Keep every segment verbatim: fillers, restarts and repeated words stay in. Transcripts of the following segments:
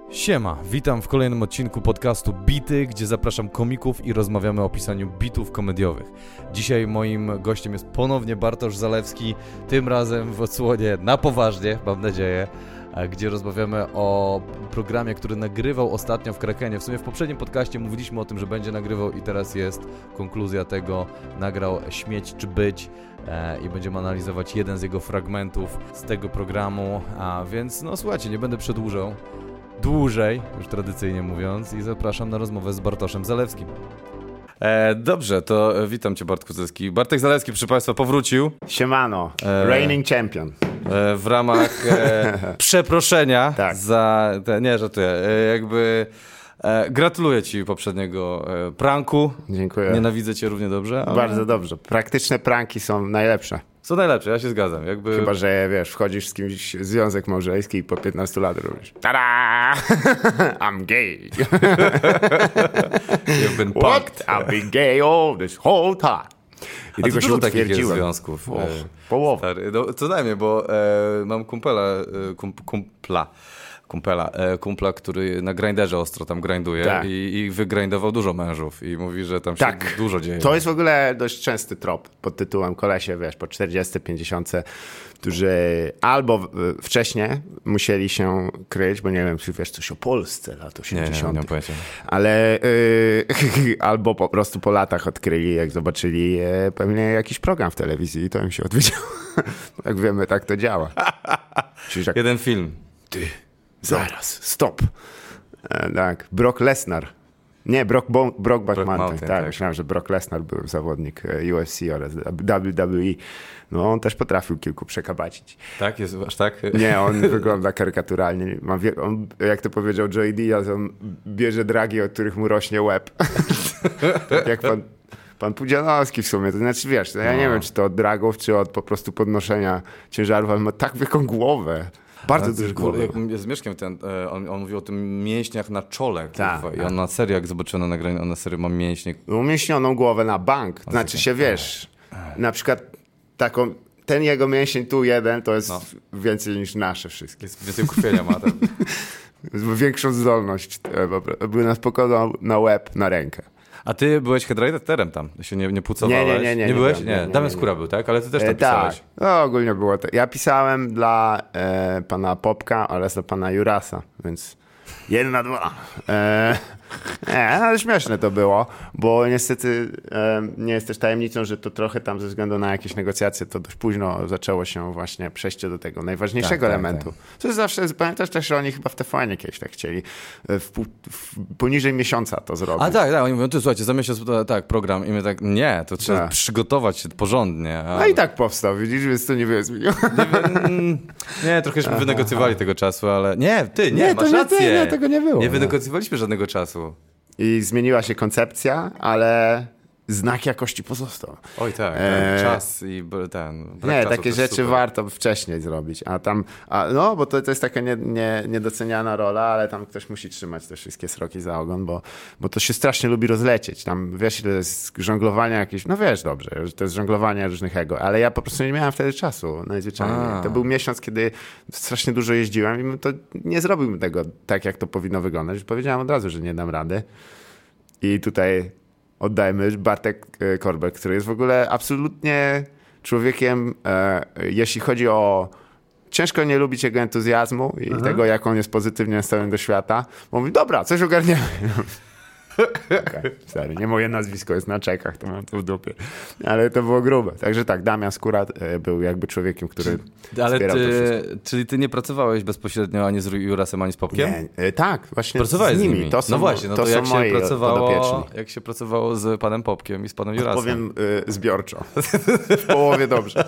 Siema, witam w kolejnym odcinku podcastu Bity, gdzie zapraszam komików i rozmawiamy o pisaniu bitów komediowych. Dzisiaj moim gościem jest ponownie Bartosz Zalewski, tym razem w odsłonie na poważnie, mam nadzieję, gdzie rozmawiamy o programie, który nagrywał ostatnio w Krakenie. W sumie w poprzednim podcaście mówiliśmy o tym, że będzie nagrywał i teraz jest konkluzja tego. Nagrał Śmieć czy Być e, i będziemy analizować jeden z jego fragmentów z tego programu, a więc no słuchajcie, nie będę przedłużał dłużej, już tradycyjnie mówiąc, i zapraszam na rozmowę z Bartoszem Zalewskim. E, dobrze, to witam Cię, Bartku Zalewski. Bartek Zalewski, proszę Państwa, powrócił. Siemano, e, reigning champion. E, w ramach e, przeproszenia tak. za... Te, nie, żartuję. E, jakby... E, gratuluję Ci poprzedniego e, pranku. Dziękuję. Nienawidzę Cię równie dobrze. Ale... Bardzo dobrze. Praktyczne pranki są najlepsze. Są najlepsze, ja się zgadzam. Jakby... Chyba, że wiesz, wchodzisz z kimś w związek małżeński i po piętnastu lat robisz tada! I'm gay. You've been What? I've been gay all this whole time. I A tylko to się dużo takich jest utwierdziłem. związków. O, e, połowa. Stary, no, co najmniej, bo e, mam kumpela, e, kum, kumpla, kumpela, e, kumpla, który na grinderze ostro tam grinduje tak. i, i wygrindował dużo mężów i mówi, że tam się tak. dużo dzieje. To jest w ogóle dość częsty trop pod tytułem kolesie, wiesz, po czterdziestce, pięćdziesiątce, którzy albo wcześniej musieli się kryć, bo nie wiem, czy wiesz coś o Polsce lat osiemdziesiątych. Nie, nie, nie mam pojęcia. Ale yy, albo po prostu po latach odkryli, jak zobaczyli yy, pewnie jakiś program w telewizji i to im się odwiedziło. Jak wiemy, tak to działa. Czyli tak, jeden film. Ty, zaraz, stop. E, tak, Brock Lesnar. Nie, Brock, Bo- Brock Mountain, Mountain, tak, tak. Myślałem, że Brock Lesnar był zawodnik U F C oraz W W E. No, on też potrafił kilku przekabacić. Tak, jest aż tak? Nie, on wygląda karykaturalnie. Ma wie- on, jak to powiedział Joey Diaz, on bierze dragi, od których mu rośnie łeb. Tak jak pan, pan Pudzianowski w sumie. To znaczy, wiesz, no ja no. nie wiem, czy to od dragów, czy od po prostu podnoszenia ciężarów, ale ma tak wielką głowę. Bardzo dużo głowy. Jak z Mieszkiem ten, on, on mówił o tym mięśniach na czole, Tak, kurwa. I tak. on na serio, jak zobaczyłem na nagraniu, on na serio ma mięśnie. Umieśnioną głowę na bank. To znaczy się, wiesz, na przykład taką, ten jego mięsień tu jeden, to jest No. więcej niż nasze wszystkie. Jest więcej ukrwienia ma. Tak. Większą zdolność. Były na spokojnie na łeb, na rękę. A ty byłeś headwriterem tam, się nie, nie pucowałeś? Nie, nie, nie, nie, nie byłeś? nie Nie, byłem, nie, nie, Damian nie. Skóra był, tak? Ale ty też tam E, pisałeś. tak, no ogólnie było to. Ja pisałem dla e, pana Popka oraz dla pana Jurasa, więc jeden na dwa. E, nie, ale śmieszne to było, bo niestety e, nie jest też tajemnicą, że to trochę tam ze względu na jakieś negocjacje to dość późno zaczęło się właśnie przejście do tego najważniejszego Tak, tak, elementu. To jest zawsze, pamiętasz też, że oni chyba w T V N kiedyś tak chcieli e, w, pół- w, poniżej miesiąca to zrobić. A tak, tak, oni mówią, ty słuchajcie, za miesiąc, tak, program i my tak, nie, to trzeba Tak. przygotować się porządnie. A... No i tak powstał, widzisz, więc to nie wiem. Nie, nie trochę żeśmy wynegocjowali tego czasu, ale nie, ty, nie, Nie, to masz nie rację. ty, nie, tego nie było, Nie no. wynegocjowaliśmy żadnego czasu. I zmieniła się koncepcja, ale znak jakości pozostał. Oj tak, Eee, ten czas i b- ten... brak Nie, czasu takie też rzeczy super. warto wcześniej zrobić, a tam, a no, bo to, to jest taka nie, nie, niedoceniana rola, ale tam ktoś musi trzymać te wszystkie sroki za ogon, bo, bo to się strasznie lubi rozlecieć. Tam wiesz, ile jest żonglowania jakieś, no wiesz dobrze, że to jest żonglowanie różnych ego, ale ja po prostu nie miałem wtedy czasu, najzwyczajniej. A. To był miesiąc, kiedy strasznie dużo jeździłem i to nie zrobiłbym tego tak, jak to powinno wyglądać. Powiedziałem od razu, że nie dam rady. I tutaj oddajmy Bartek e, Korbel, który jest w ogóle absolutnie człowiekiem, e, jeśli chodzi o... Ciężko nie lubić jego entuzjazmu i tego, jak on jest pozytywnie nastawiony do świata. Bo mówi, dobra, coś ogarniemy. Okay, stary, nie moje nazwisko jest na czekach, to mam to w dupie. Ale to było grube. Także tak, Damian Skóra e, był jakby człowiekiem, który Ale wspierał to wszystko. ty, czyli ty nie pracowałeś bezpośrednio ani z Jurasem, ani z Popkiem? Nie, e, tak, właśnie Pracowałeś z z nimi. nimi. To są, no właśnie, no to, to jak, są się moi pracowało, podopieczni. jak się pracowało z panem Popkiem i z panem Jurasem? Powiem y, zbiorczo. W połowie dobrze.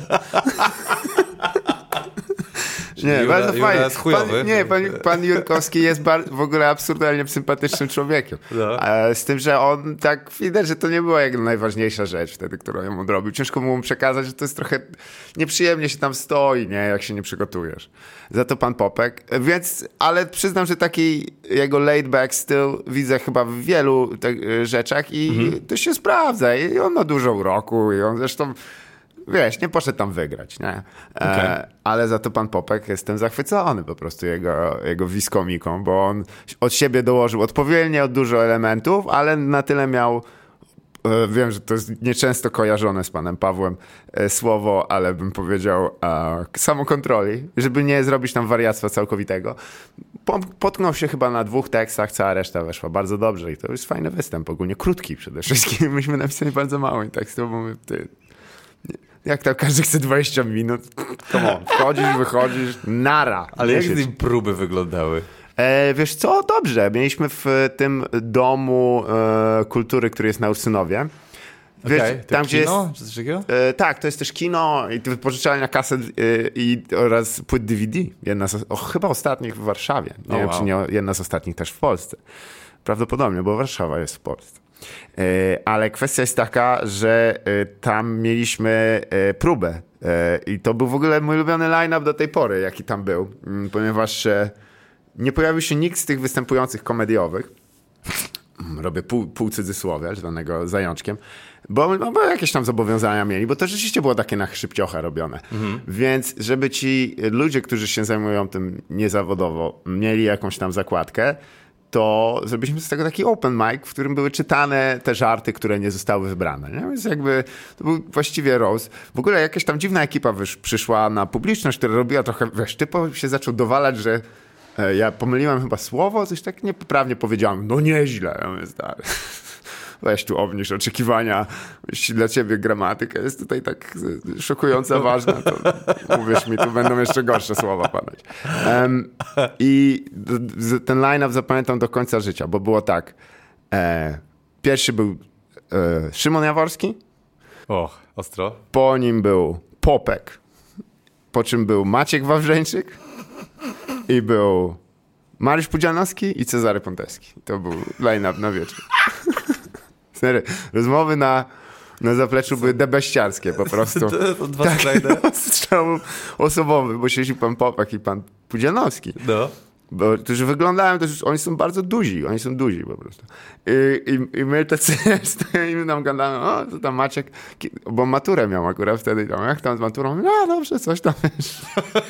Nie, Jura- bardzo Jura fajnie. jest chujowy. Pan, nie, pan, pan Jurkowski jest bar- w ogóle absurdalnie sympatycznym człowiekiem. No. A z tym, że on tak widać, że to nie była jego najważniejsza rzecz wtedy, którą ją odrobił. Ciężko mu przekazać, że to jest trochę nieprzyjemnie się tam stoi, nie, jak się nie przygotujesz. Za to pan Popek. Więc, ale przyznam, że taki jego laid back styl widzę chyba w wielu te, rzeczach i Mhm. to się sprawdza. I on ma dużo uroku i on zresztą wiesz, nie poszedł tam wygrać, nie? E, okay. Ale za to pan Popek, jestem zachwycony po prostu jego, jego wiskomiką, bo on od siebie dołożył odpowiednio dużo elementów, ale na tyle miał, e, wiem, że to jest nieczęsto kojarzone z panem Pawłem e, słowo, ale bym powiedział e, samokontroli, żeby nie zrobić tam wariactwa całkowitego. Potknął się chyba na dwóch tekstach, cała reszta weszła bardzo dobrze i to jest fajny występ, ogólnie krótki przede wszystkim. Myśmy napisali bardzo mało tekstów, bo my, ty, jak tam każdy chce dwadzieścia minut, come on, wchodzisz, wychodzisz, nara. Ale jak z nim próby wyglądały? E, wiesz co, dobrze, mieliśmy w tym domu e, kultury, który jest na Ursynowie. Wiesz, okay, tam gdzie kino? Jest, czy e, tak, to jest też kino i wypożyczalnia kaset e, i, oraz płyt D V D. Jedna z, o, chyba ostatnich w Warszawie. Nie oh, wiem, wow. czy nie jedna z ostatnich też w Polsce. Prawdopodobnie, bo Warszawa jest w Polsce. E, ale kwestia jest taka, że e, tam mieliśmy e, próbę e, i to był w ogóle mój ulubiony line-up do tej pory, jaki tam był, m, ponieważ e, nie pojawił się nikt z tych występujących komediowych. Robię pół, pół cudzysłowia, zwanego zajączkiem, bo, no, bo jakieś tam zobowiązania mieli, bo to rzeczywiście było takie na szybciocha robione. Mhm. Więc żeby ci ludzie, którzy się zajmują tym niezawodowo, mieli jakąś tam zakładkę, to zrobiliśmy z tego taki open mic, w którym były czytane te żarty, które nie zostały wybrane. Nie? Więc jakby to był właściwie roast. W ogóle jakaś tam dziwna ekipa wysz, przyszła na publiczność, która robiła trochę, wiesz, typowo się zaczął dowalać, że ja pomyliłem chyba słowo, coś tak niepoprawnie powiedziałem. No nieźle. Ja mówię, stary. Weź tu obniż oczekiwania. Jeśli dla ciebie gramatyka jest tutaj tak szokująco ważna, to uwierz mi, tu będą jeszcze gorsze słowa padać. Um, I ten line-up zapamiętam do końca życia, bo było tak. E, pierwszy był e, Szymon Jaworski. Och, ostro. Po nim był Popek. Po czym był Maciek Wawrzeńczyk. I był Mariusz Pudzianowski i Cezary Ponteski. To był line-up na wieczór. Sery, rozmowy na, na zapleczu były debeściarskie po prostu. To, to dwa tak, skrajne. No, strzał osobowy, bo siedzi pan Popek i pan Pudzianowski. No. Bo, którzy wyglądają też, oni są bardzo duzi, oni są duzi po prostu. I, i, i my tacy stoimy tam gadamy, o, to tam Maciek, bo maturę miał akurat wtedy, tam, jak tam z maturą? No dobrze, coś tam wiesz.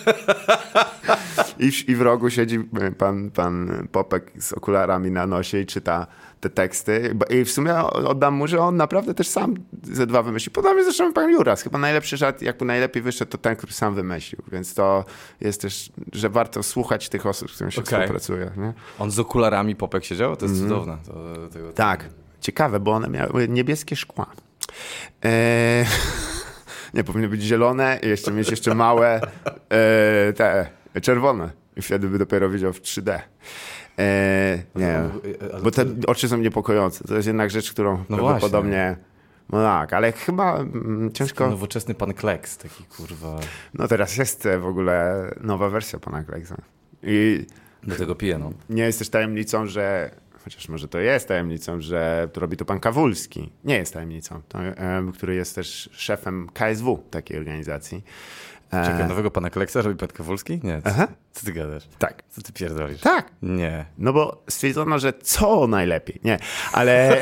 I, I w rogu siedzi pan, pan Popek z okularami na nosie i czyta te teksty. I w sumie oddam mu, że on naprawdę też sam ze dwa wymyślił. Podobnie zresztą pan Juras. Chyba najlepszy żart, jakby najlepiej wyszedł, to ten, który sam wymyślił. Więc to jest też, że warto słuchać tych osób, z którymi się okay. współpracuje. Nie? On z okularami Popek siedział? To jest mm. cudowne. To, tego, tak. To... Ciekawe, bo one miały niebieskie szkła. Eee... Nie, powinny być zielone i jeszcze mieć jeszcze małe e, te czerwone. I wtedy by dopiero widział w trzy D. E, nie, ale bo te to... oczy są niepokojące. To jest jednak rzecz, którą no prawdopodobnie... No tak, ale chyba mm, ciężko... Taki nowoczesny pan Kleks, taki kurwa... No teraz jest w ogóle nowa wersja pana Kleksa. I do tego piję, no. Nie jest też tajemnicą, że... Chociaż może to jest tajemnicą, że to robi to pan Kawulski. Nie jest tajemnicą. To, um, który jest też szefem K S W, takiej organizacji. Czekaj, nowego pana Kleksa robi pan Kawulski? Nie, co, co ty gadasz? Tak. Co ty pierdolisz? Tak. Nie. No bo stwierdzono, że co najlepiej. Nie, ale...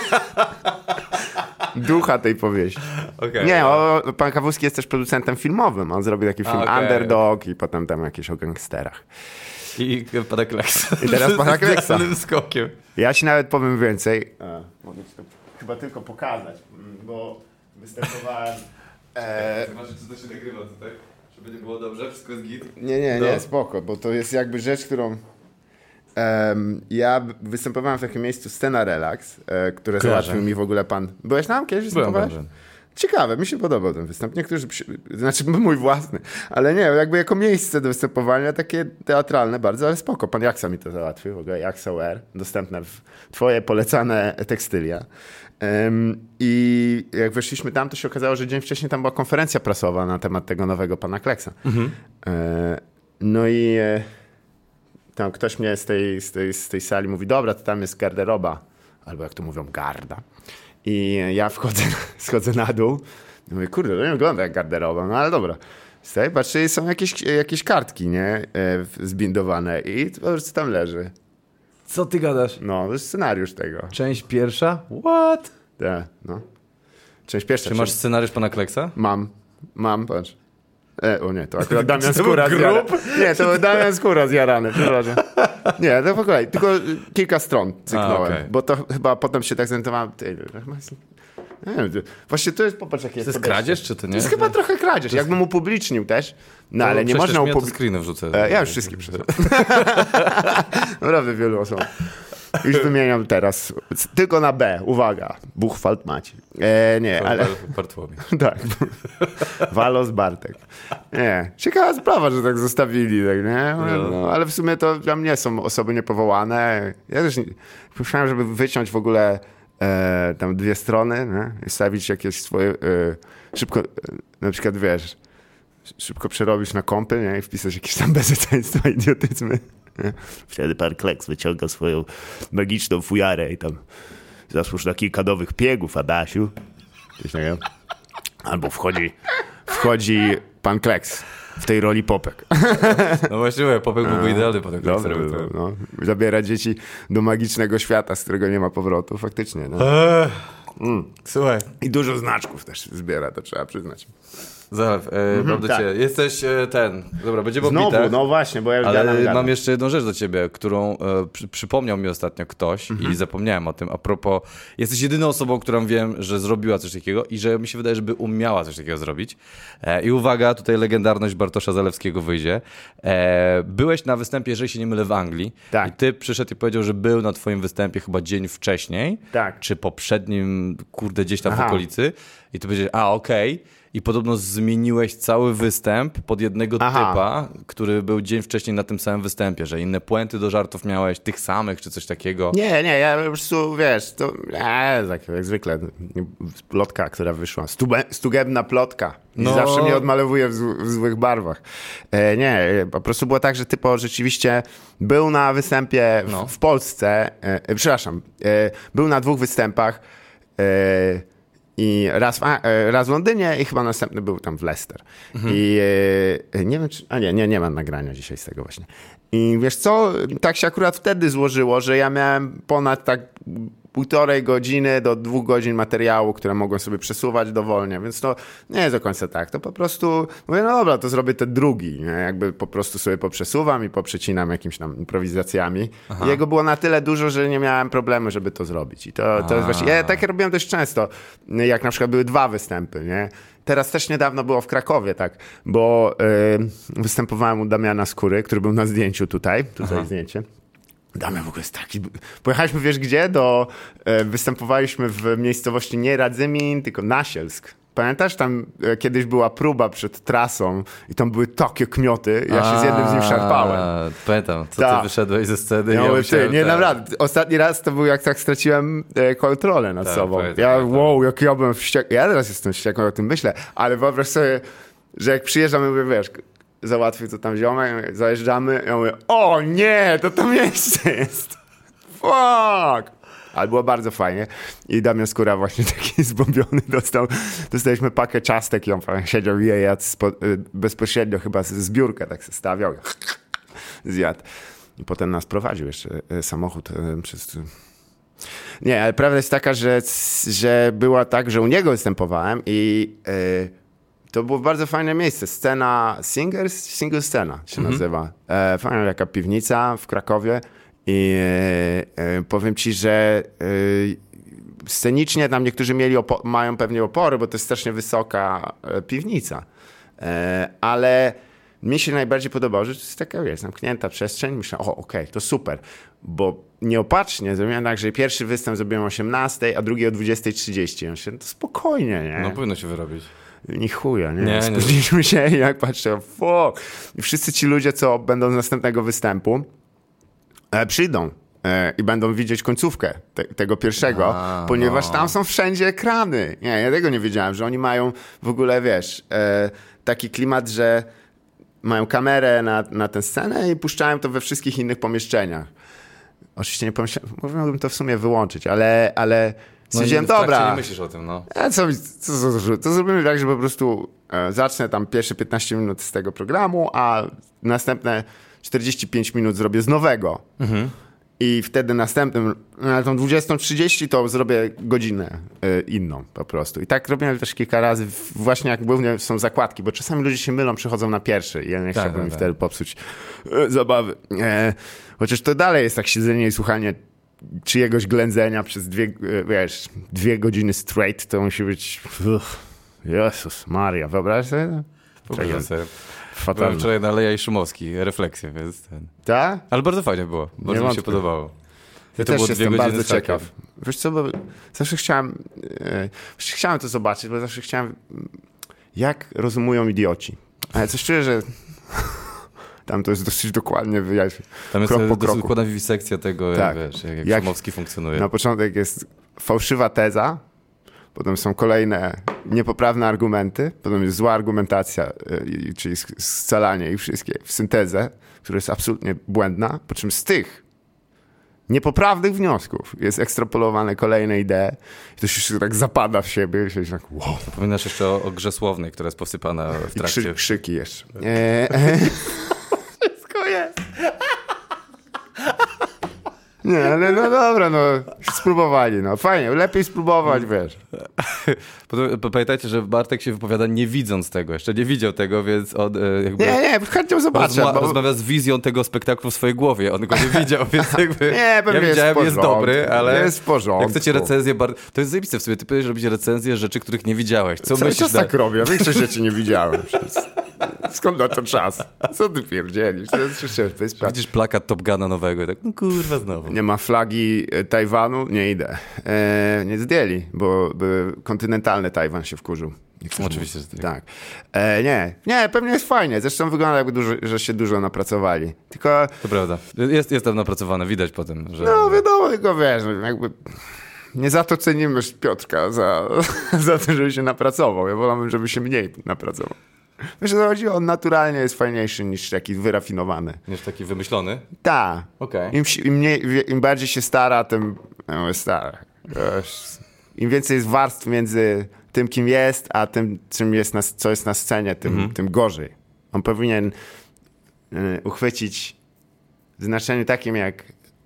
ducha tej powieści. Okay, nie, o, pan Kawulski jest też producentem filmowym. On zrobił taki film okay. Underdog i potem tam jakieś o gangsterach. I pana Kleksa. I teraz pana Kleksa. skokiem. Ja ci nawet powiem więcej. A, mogę ci to chyba tylko pokazać, bo występowałem... E... Masz, czy to się nagrywa tutaj? Żeby nie było dobrze? Wszystko jest git? Nie, nie, nie, no. Spoko, bo to jest jakby rzecz, którą... Um, ja występowałem w takim miejscu Scena Relax, e, które Kojarzę. załatwił mi w ogóle pan... Byłeś tam kiedyś występowałeś? Byłem, byłem. Ciekawe, mi się podobał ten występ. Niektórzy, znaczy mój własny, ale nie, jakby jako miejsce do występowania, takie teatralne bardzo, ale spoko. Pan Jaksa mi to załatwił, w ogóle Jaksa U R, dostępne w twoje polecane tekstylia. Um, I jak weszliśmy tam, to się okazało, że dzień wcześniej tam była konferencja prasowa na temat tego nowego pana Kleksa. Mhm. E, no i e, tam ktoś mnie z tej, z, tej, z tej sali mówi, dobra, to tam jest garderoba, albo jak to mówią, garda. I ja wchodzę, schodzę na dół i mówię, kurde, to nie wygląda jak garderoba, no ale dobra. Stoj, patrzę, są jakieś, jakieś kartki, nie, zbindowane i po prostu tam leży. Co ty gadasz? No, to jest scenariusz tego. Część pierwsza? What? Tak, no. Część pierwsza. Czy masz scenariusz pana Kleksa? Mam. Mam, patrz. E, o nie, to akurat Damian Skóra zjarany. Nie, to był Damian Skóra zjarany, przepraszam. Nie, to po kolei, tylko kilka stron cyknąłem, A, okay. bo to chyba potem się tak zorientowałem. Nie wiem, właśnie to jest, popatrz jakie jest. To jest kradzież, czy to nie? To jest chyba trochę kradzież, jest... jakbym upublicznił też. No, ale nie można upublicznić. Screeny wrzucę. E, ja już wszystkie przeszedłem. Naprawdę wielu osób. Już wymieniam teraz. Tylko na B. Uwaga. Buchwald Maciej. E, nie, ale... Bartłomiej. Tak. Walos Bartek. Nie. Ciekawa sprawa, że tak zostawili, tak, nie? No, no, ale w sumie to dla mnie są osoby niepowołane. Ja też nie... Myślałem, żeby wyciąć w ogóle e, tam dwie strony, nie? I stawić jakieś swoje... E, szybko, e, na przykład, wiesz, szybko przerobisz na kompy, nie? I wpisać jakieś tam bezeceństwa, idiotyzmy. Wtedy pan Kleks wyciąga swoją magiczną fujarę i tam zasłuż na kilka nowych piegów, Adasiu. Albo wchodzi, wchodzi pan Kleks w tej roli Popek. No właściwie, Popek byłby idealny po tym Klekserem. No, zabiera dzieci do magicznego świata, z którego nie ma powrotu, faktycznie. No. Mm. Słuchaj. I dużo znaczków też zbiera, to trzeba przyznać. Zalew, e, mam do tak. ciebie. Jesteś e, ten. Dobra, będziemy Znowu, o bitach, no właśnie, bo ja już ale gadam, gadam. mam jeszcze jedną rzecz do ciebie, którą e, przy, przypomniał mi ostatnio ktoś mhm. i zapomniałem o tym. A propos, jesteś jedyną osobą, którą wiem, że zrobiła coś takiego i że mi się wydaje, żeby umiała coś takiego zrobić. E, I uwaga, tutaj legendarność Bartosza Zalewskiego wyjdzie. E, byłeś na występie, jeżeli się nie mylę, w Anglii. Tak. I ty przyszedł i powiedział, że był na twoim występie chyba dzień wcześniej. Tak. Czy poprzednim, kurde, gdzieś tam Aha. w okolicy. I ty powiedziałeś, a okej. Okay. I podobno zmieniłeś cały występ pod jednego Aha. typa, który był dzień wcześniej na tym samym występie, że inne puenty do żartów miałeś, tych samych, czy coś takiego. Nie, nie, ja po prostu, wiesz, to e, tak jak zwykle, plotka, która wyszła, Stube, stugebna plotka. I no. zawsze mnie odmalowuje w, z, w złych barwach. E, nie, po prostu było tak, że typo rzeczywiście był na występie w, no. w Polsce, e, przepraszam, e, był na dwóch występach, e, I raz w, raz w Londynie i chyba następny był tam w Leicester. Mhm. I e, nie wiem, czy... A nie, nie, nie mam nagrania dzisiaj z tego właśnie. I wiesz co, tak się akurat wtedy złożyło, że ja miałem ponad tak półtorej godziny do dwóch godzin materiału, które mogłem sobie przesuwać dowolnie, więc to nie jest do końca tak. To po prostu mówię, no dobra, to zrobię ten drugi. Nie? Jakby po prostu sobie poprzesuwam i poprzecinam jakimiś tam improwizacjami. Aha. I jego było na tyle dużo, że nie miałem problemu, żeby to zrobić. I to, to jest właśnie... Ja takie robiłem dość często, jak na przykład były dwa występy, nie? Teraz też niedawno było w Krakowie, tak, bo yy, występowałem u Damiana Skóry, który był na zdjęciu tutaj, tutaj Aha. zdjęcie. Damian w ogóle jest taki... Pojechaliśmy, wiesz gdzie? Do... E, występowaliśmy w miejscowości nie Radzymin, tylko Nasielsk. Pamiętasz? Tam e, kiedyś była próba przed trasą i tam były takie kmioty. Ja się A, z jednym z nim szarpałem. Pamiętam, co Ta. ty wyszedłeś ze sceny. Ja, ja mówię, musiałem, ty, nie, naprawdę. Ostatni raz to był jak tak straciłem e, kontrolę nad tak, sobą. Pamiętam, ja, pamiętam. wow, jak ja byłem wściekły. Ja teraz jestem wściekły, o tym myślę. Ale wyobraź sobie, że jak przyjeżdżam, mówię, wiesz... Załatwił to tam ziomek, zajeżdżamy, ja mówię, o nie, to to miejsce jest. Fuck! Ale było bardzo fajnie. I Damian Skóra właśnie taki zbombiony dostał. Dostaliśmy pakę ciastek i on siedział i je jadł spo, bezpośrednio chyba z biurka, tak się stawiał. Zjadł. I potem nas prowadził jeszcze samochód przez... Nie, ale prawda jest taka, że, że była tak, że u niego występowałem i... Yy, to było bardzo fajne miejsce. Scena Singers, Single Scena się mm-hmm. nazywa. E, fajna taka piwnica w Krakowie i e, e, powiem ci, że e, scenicznie tam niektórzy mieli opo- mają pewnie opory, bo to jest strasznie wysoka e, piwnica. E, ale mi się najbardziej podobało, że to jest taka, wiesz, zamknięta przestrzeń. Myślę, o okej, okay, to super, bo nieopatrznie zrobiłem tak, że pierwszy występ zrobiłem o osiemnastej, a drugi o dwudziestej trzydzieści. Ja myślę, to spokojnie, nie? No powinno się wyrobić. Ni chuja, nie? nie Spóźniliśmy się i jak patrzę, fuck. I wszyscy ci ludzie, co będą z następnego występu, e, przyjdą e, i będą widzieć końcówkę te, tego pierwszego, A, ponieważ no. tam są wszędzie ekrany. Nie, ja tego nie wiedziałem, że oni mają w ogóle, wiesz, e, taki klimat, że mają kamerę na, na tę scenę i puszczają to we wszystkich innych pomieszczeniach. Oczywiście nie pomyślałem, mógłbym to w sumie wyłączyć, ale... ale No Stwierdziłem, dobra. Nie myślisz o tym, no. A co, co, co, co, to zrobimy tak, że po prostu e, zacznę tam pierwsze piętnaście minut z tego programu, a następne czterdzieści pięć minut zrobię z nowego. Mhm. I wtedy następnym, na tą dwudziestą trzydzieści to zrobię godzinę y, inną po prostu. I tak robiłem też kilka razy, w, właśnie jak głównie są zakładki, bo czasami ludzie się mylą, przychodzą na pierwszy i ja nie Tak, chciałbym tak, mi tak. wtedy popsuć y, zabawy. E, chociaż to dalej jest tak siedzenie i słuchanie czyjegoś ględzenia przez dwie, y, wiesz, dwie godziny straight, to musi być... Uff, Jezus Maria, wyobraź sobie? Wyobrażam sobie. Byłem Fatalne. wczoraj na Leja i Szumowski, refleksję, więc ten... Tak? Ale bardzo fajnie było, bardzo mi się wątpię. podobało. I Ja to też było dwie jestem godziny bardzo z hakiem. ciekaw. Wiesz co, bo zawsze chciałem, e, chciałem to zobaczyć, bo zawsze chciałem, jak rozumują idioci. Ale coś czuję, że tam to jest dosyć dokładnie wyjaśnione. Tam jest krok po dosyć kroku. dokładna wisekcja tego, Tak. jak, wiesz, jak, jak Jak- Szumowski funkcjonuje. Na początek jest fałszywa teza, potem są kolejne niepoprawne argumenty, potem jest zła argumentacja, e, i- czyli sk- scalanie ich wszystkie w syntezę, która jest absolutnie błędna, po czym z tych niepoprawnych wniosków jest ekstrapolowane kolejne idee i to się tak zapada w siebie i się tak wow. Zapominasz jeszcze o, o grze słownej, która jest posypana w I trakcie. krzy, krzyki jeszcze. E, e. Wszystko jest. Nie, ale no dobra, no spróbowali, no fajnie, lepiej spróbować, wiesz. Potem- Pamiętajcie, że Bartek się wypowiada nie widząc tego, jeszcze nie widział tego, więc on e, jakby Nie, nie, chętnie zobaczę. rozma- bo... rozmawia z wizją tego spektaklu w swojej głowie. On go nie widział, więc jakby Nie, pewnie ja jest widziałem, w jest porządku. dobry, ale Jest w porządku. jak chcecie recenzję, bar... to jest zajebiste w sobie. Ty powiesz robić recenzję rzeczy, których nie widziałeś. Co Cały myślisz? czas tak robię, większość rzeczy nie widziałem. Przecież. Skąd na to czas? Co ty pierdzielisz? To jest, to jest, to jest Widzisz plakat Top Guna nowego i tak, no kurwa znowu. Nie ma flagi e, Tajwanu? Nie idę. E, nie zdjęli, bo, bo kontynentalny Tajwan się wkurzył. Niektórzy Oczywiście, mówią. że tak. Tak. E, nie, nie, pewnie jest fajnie. Zresztą wygląda jakby dużo, że się dużo napracowali. Tylko, To prawda. Jest, jest tam napracowane, widać po tym, że... no wiadomo, tylko wiesz, no, jakby nie za to cenimy Piotrka, za, za to, żeby się napracował. Ja wolałbym, żeby się mniej napracował. Wiesz, o co chodzi? On naturalnie jest fajniejszy niż taki wyrafinowany. Niż taki wymyślony. Tak. Okej. Im, si- im, mniej, im bardziej się stara, tym no, jest stara. Wiesz, im więcej jest warstw między tym, kim jest, a tym, czym jest na, co jest na scenie, tym, Mhm. tym gorzej. On powinien y, uchwycić w znaczeniu takim, jak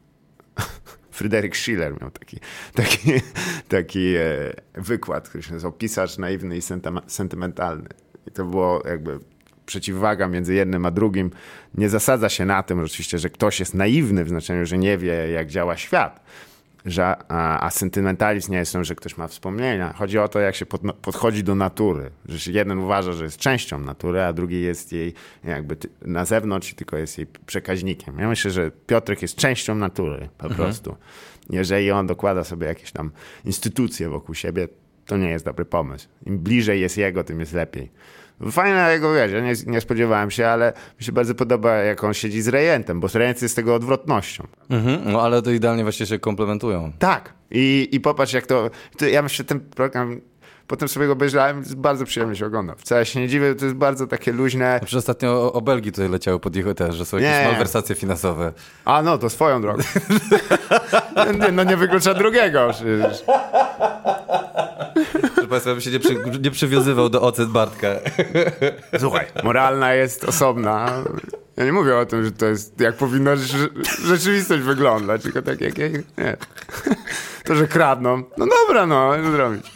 Fryderyk Schiller miał taki, taki, taki e, wykład, który się nazywał Pisarz naiwny i sentym- sentymentalny. I to było jakby przeciwwaga między jednym a drugim. Nie zasadza się na tym oczywiście, że ktoś jest naiwny w znaczeniu, że nie wie, jak działa świat. Że, a, a sentymentalizm nie jest tym, że ktoś ma wspomnienia. Chodzi o to, jak się pod, podchodzi do natury. Że się jeden uważa, że jest częścią natury, a drugi jest jej jakby ty, na zewnątrz i tylko jest jej przekaźnikiem. Ja myślę, że Piotrek jest częścią natury po Mhm. prostu. Jeżeli on dokłada sobie jakieś tam instytucje wokół siebie, to nie jest dobry pomysł. Im bliżej jest jego, tym jest lepiej. Fajne jego, wiesz, ja nie, nie spodziewałem się, ale mi się bardzo podoba, jak on siedzi z rejentem, bo rejent jest tego odwrotnością. Mhm. No ale to idealnie właśnie się komplementują. Tak. I, i popatrz, jak to, to... Ja myślę, ten program... Potem sobie go obejrzałem, jest bardzo przyjemnie się ogląda. Wcale się nie dziwię, to jest bardzo takie luźne. Przecież ostatnio obelgi tutaj leciały pod ich też, że są jakieś Nie. malwersacje finansowe. A no, to swoją drogą. nie, no nie wyklucza drugiego przecież. Proszę Państwa, ja bym się nie, przy, nie przywiązywał do ocen Bartka. Słuchaj, moralna jest osobna. Ja nie mówię o tym, że to jest, jak powinna rze- rzeczywistość wyglądać, tylko tak jak... jak nie. To, że kradną. No dobra, no, co zrobić?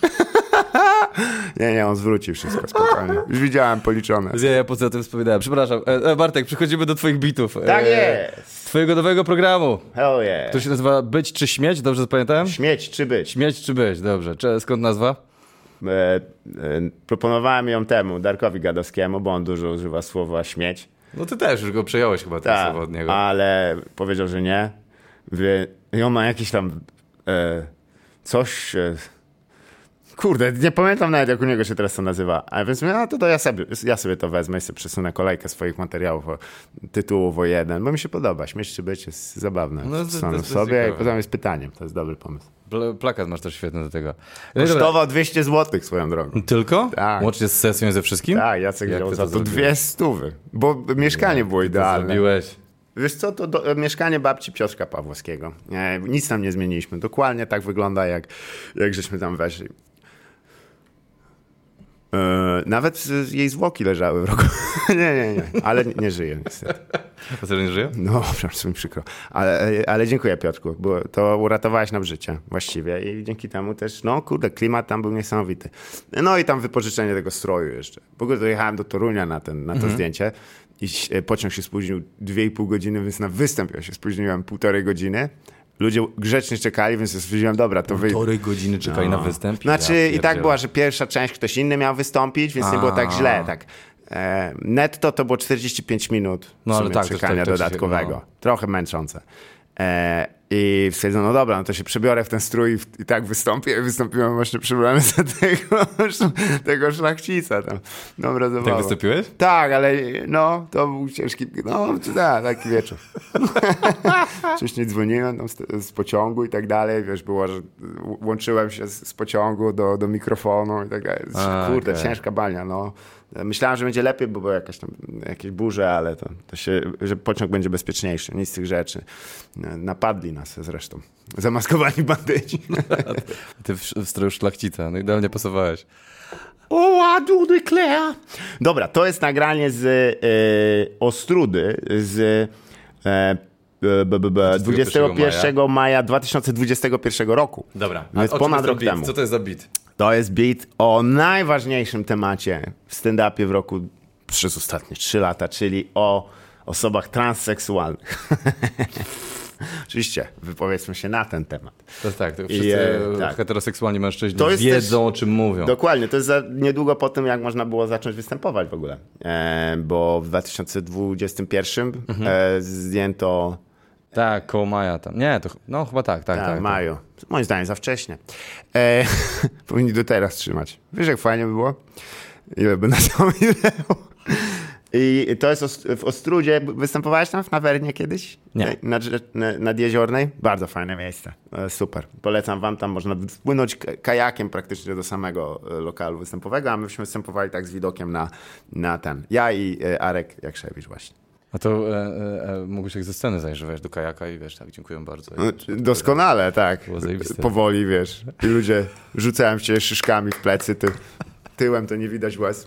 Nie, nie, on zwróci wszystko spokojnie. Już widziałem policzone. Ja, ja po co o tym wspominałem. Przepraszam. E, e, Bartek, przechodzimy do twoich bitów. Tak E, jest! Twojego nowego programu. Hell yeah. To się nazywa Być czy Śmieć, dobrze zapamiętałem? Śmieć czy być? Śmieć czy być, dobrze. Cze- skąd nazwa? E, e, proponowałem ją temu, Darkowi Gadowskiemu, bo on dużo używa słowa śmieć. No ty też już go przejąłeś chyba to Tak, słowo od niego. ale powiedział, że nie. Wie, I on ma jakieś tam e, coś... E, kurde, nie pamiętam nawet, jak u niego się teraz to nazywa. A więc mówię, no to, to ja, sobie, ja sobie to wezmę i sobie przesunę kolejkę swoich materiałów, o, tytułów o jeden, bo mi się podoba. Śmieć czy być jest zabawne No, to- w to- samym to jest sobie ciekawe. i potem jest pytaniem. To jest dobry pomysł. Pl- plakat masz też świetny do tego. No i dobra. Kosztował dwieście złotych swoją drogą. Tylko? Tak. Łącznie z sesją i ze wszystkim? Tak, Jacek Jak wziął ty za to to zrobiłeś? dwie stówy, bo mieszkanie było To idealne. zrobiłeś. Wiesz co, to do, mieszkanie babci Piotrka Pawłowskiego. Nie, nic tam nie zmieniliśmy. Dokładnie tak wygląda, jak, jak żeśmy tam weszli. Yy, nawet jej zwłoki leżały w rogu. nie, nie, nie, ale nie, nie żyje niestety. A serio nie żyje? No, przepraszam, mi przykro. Ale, ale dziękuję, Piotrku, bo to uratowałeś nam życie właściwie i dzięki temu też, no kurde, klimat tam był niesamowity. No i tam wypożyczenie tego stroju jeszcze. W ogóle dojechałem do Torunia na, ten, na to mhm. zdjęcie i pociąg się spóźnił dwie i pół godziny, więc na występ ja się spóźniłem półtorej godziny. Ludzie grzecznie czekali, więc ja stwierdziłem, dobra, to wy... Półtorej godziny czekali no. na występ? Znaczy ja i tak była, że pierwsza część ktoś inny miał wystąpić, więc A. nie było tak źle. Tak. E, netto to było czterdzieści pięć minut no, ale tak, czekania tak, dodatkowego. Się, no. Trochę męczące. E, I stwierdzono, no dobra, no to się przebiorę w ten strój i, w, i tak wystąpię. Wystąpiłem właśnie przebrany za tego, tego szlachcica tam. Dobra zabawa. Tak wystąpiłeś? Tak, ale no, to był ciężki, no tak, taki wieczór. Wcześniej dzwoniłem tam z, z pociągu i tak dalej, wiesz, było, że łączyłem się z, z pociągu do, do mikrofonu i tak dalej. A, kurde, okay. ciężka bania, no. Myślałem, że będzie lepiej, bo były jakaś tam, jakieś burze, ale to, to się, że pociąg będzie bezpieczniejszy. Nic z tych rzeczy. Napadli nas zresztą. Zamaskowani bandyci. Ty w, w stroju szlachcica. No idealnie pasowałeś. Oh, I do declare. Dobra, to jest nagranie z e, Ostrudy z e, b, b, b, dwudziestego pierwszego maja dwa tysiące dwudziestego pierwszego roku. Dobra, więc ponad rok temu. Co to jest za beat? To jest beat o najważniejszym temacie w stand-upie w roku przez ostatnie trzy lata, czyli o osobach transseksualnych. Oczywiście, wypowiedzmy się na ten temat. To jest tak, to wszyscy I, tak. heteroseksualni mężczyźni to wiedzą, też, o czym mówią. Dokładnie, to jest za niedługo po tym, jak można było zacząć występować w ogóle. E, bo w dwa tysiące dwudziestym pierwszym mhm. e, zdjęto... Tak, koło maja tam. Nie, to no chyba tak, tak, tak. tak maju. Tak. Moim zdaniem za wcześnie. E, powinni do teraz trzymać. Wiesz, jak fajnie by było? Ile by na to minęło? I to jest w Ostrudzie. Występowałeś tam w Nawernie kiedyś? Nie. Nad, nad Jeziornej? Bardzo fajne miejsce. Super. Polecam wam, tam można wpłynąć kajakiem praktycznie do samego lokalu występowego, a myśmy występowali tak z widokiem na, na ten. Ja i Arek Jakrzewicz właśnie. A to e, e, mógłbyś jak ze sceny zajść, że wiesz, do kajaka i wiesz, tak, dziękuję bardzo. I doskonale, tak. Powoli, wiesz. I ludzie rzucają się szyszkami w plecy, ty, tyłem to nie widać łez.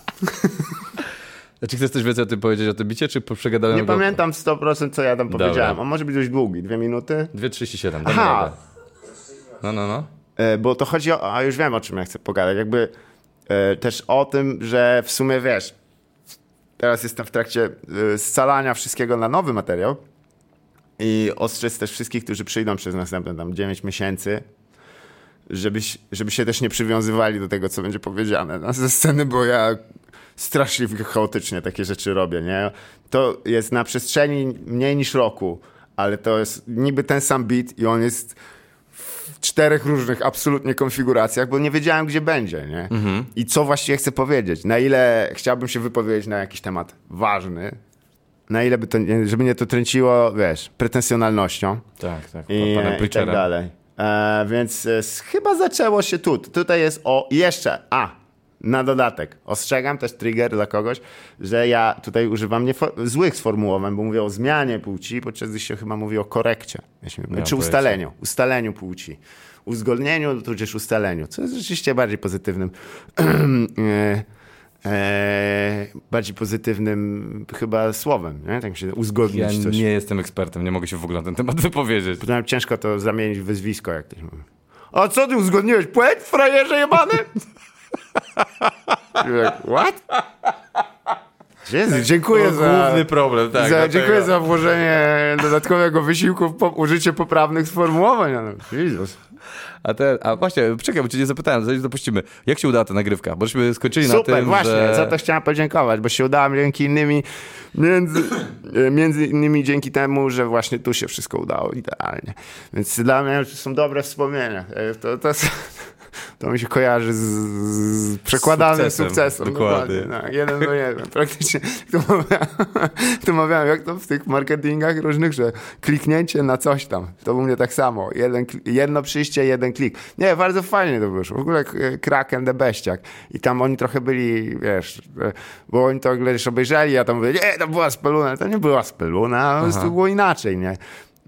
A czy chcesz coś więcej o tym powiedzieć, o tym bicie, czy przegadałem Nie go? pamiętam sto procent, co ja tam Dobra. powiedziałem. On może być dość długi, dwie minuty? dwie trzydzieści siedem. Aha. No, no, no. E, bo to chodzi o... A już wiem, o czym ja chcę pogadać. Jakby e, też o tym, że w sumie, wiesz, teraz jestem w trakcie e, scalania wszystkiego na nowy materiał i ostrzec też wszystkich, którzy przyjdą przez następne tam dziewięć miesięcy, żeby, żeby się też nie przywiązywali do tego, co będzie powiedziane no, ze sceny, bo ja straszliwie chaotycznie takie rzeczy robię, nie? To jest na przestrzeni mniej niż roku, ale to jest niby ten sam beat i on jest w czterech różnych absolutnie konfiguracjach, bo nie wiedziałem, gdzie będzie, nie? Mhm. I co właściwie chcę powiedzieć. Na ile chciałbym się wypowiedzieć na jakiś temat ważny, na ile by to, żeby mnie to tręciło, wiesz, pretensjonalnością. Tak, tak. I, i tak dalej. E, więc e, chyba zaczęło się tu. Tutaj jest o jeszcze, a na dodatek, ostrzegam też trigger dla kogoś, że ja tutaj używam nie złych sformułowań, bo mówię o zmianie płci, podczas gdy się chyba mówi o korekcie, ja czy ustaleniu, ustaleniu płci, uzgodnieniu, tudzież ustaleniu, co jest rzeczywiście bardziej pozytywnym e, e, bardziej pozytywnym chyba słowem, nie? Tak się uzgodnić ja coś. Ja nie jestem ekspertem, nie mogę się w ogóle na ten temat wypowiedzieć. Potem ciężko to zamienić w wyzwisko, jak ktoś mówi. A co ty uzgodniłeś? Płeć, frajerze jebany? What? Jezu, dziękuję to za... główny problem, tak. Za, dziękuję za włożenie dodatkowego wysiłku w po, użycie poprawnych sformułowań. Jezus. A, te, a właśnie, czekaj, bo cię nie zapytałem, zanim dopuścimy. Jak się udała ta nagrywka? Bośmy skończyli Super, na tym, właśnie, że... za to chciałem podziękować, bo się udało między innymi, między, między innymi dzięki temu, że właśnie tu się wszystko udało idealnie. Więc dla mnie są dobre wspomnienia. To, to, to mi się kojarzy z, z przekładanym sukcesem. sukcesem. Dokładnie. Dokładnie. No, jeden do jeden. Praktycznie. To mawiałem, jak to w tych marketingach różnych, że kliknięcie na coś tam. To u mnie tak samo. Jeden, jedno przyjście, jeden klik. Nie, bardzo fajnie to wyszło. W ogóle Kraken the Beściak. I tam oni trochę byli, wiesz, bo oni to już obejrzeli, ja tam mówię, nie, to była speluna. To nie była speluna, to było inaczej, nie?